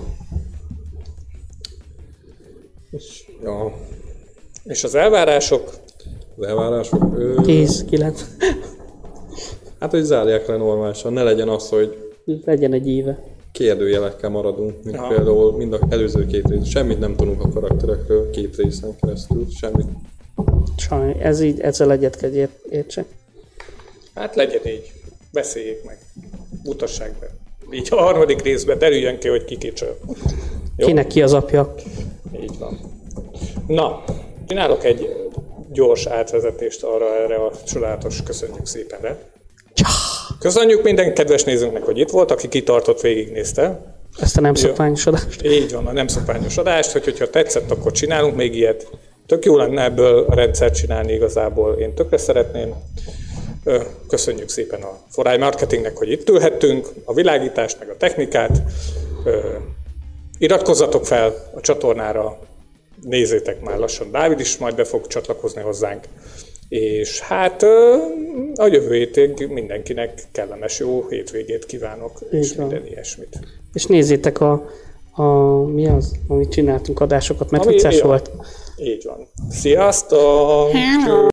És az elvárások? Az elvárások? 10-9. Hát, hogy zárják le normálisan, ne legyen az, hogy legyen egy éve. Kérdőjelekkel maradunk, mint például mind az előző 2 rész. Semmit nem tudunk a karakterekről 2 részen keresztül, semmit. Sajnálom, ezzel egyet kell értsek. Hát legyen így. Beszéljék meg. Mutassák be. Így a 3. részben derüljön ki, hogy ki kicsoda. Kinek ki az apja. Így van. Na, csinálok egy gyors átvezetést erre a csodálatos köszönjük szépenre. Köszönjük minden kedves nézőnknek, hogy itt volt, aki kitartott, végignézte. Ezt a nem szokványos adást. Így van, a nem szokványos adást, hogyha tetszett, akkor csinálunk még ilyet. Tök jó lenne ebből a rendszert csinálni igazából, én tökre szeretném. Köszönjük szépen a Foráj Marketingnek, hogy itt ülhettünk, a világítást, meg a technikát. Iratkozzatok fel a csatornára, nézzétek már lassan, Dávid is majd be fog csatlakozni hozzánk. És hát a jövő hétig mindenkinek kellemes jó hétvégét kívánok, és minden ilyesmit. És nézzétek mi az, amit csináltunk adásokat, mert vicces volt. Így van. Sziasztok!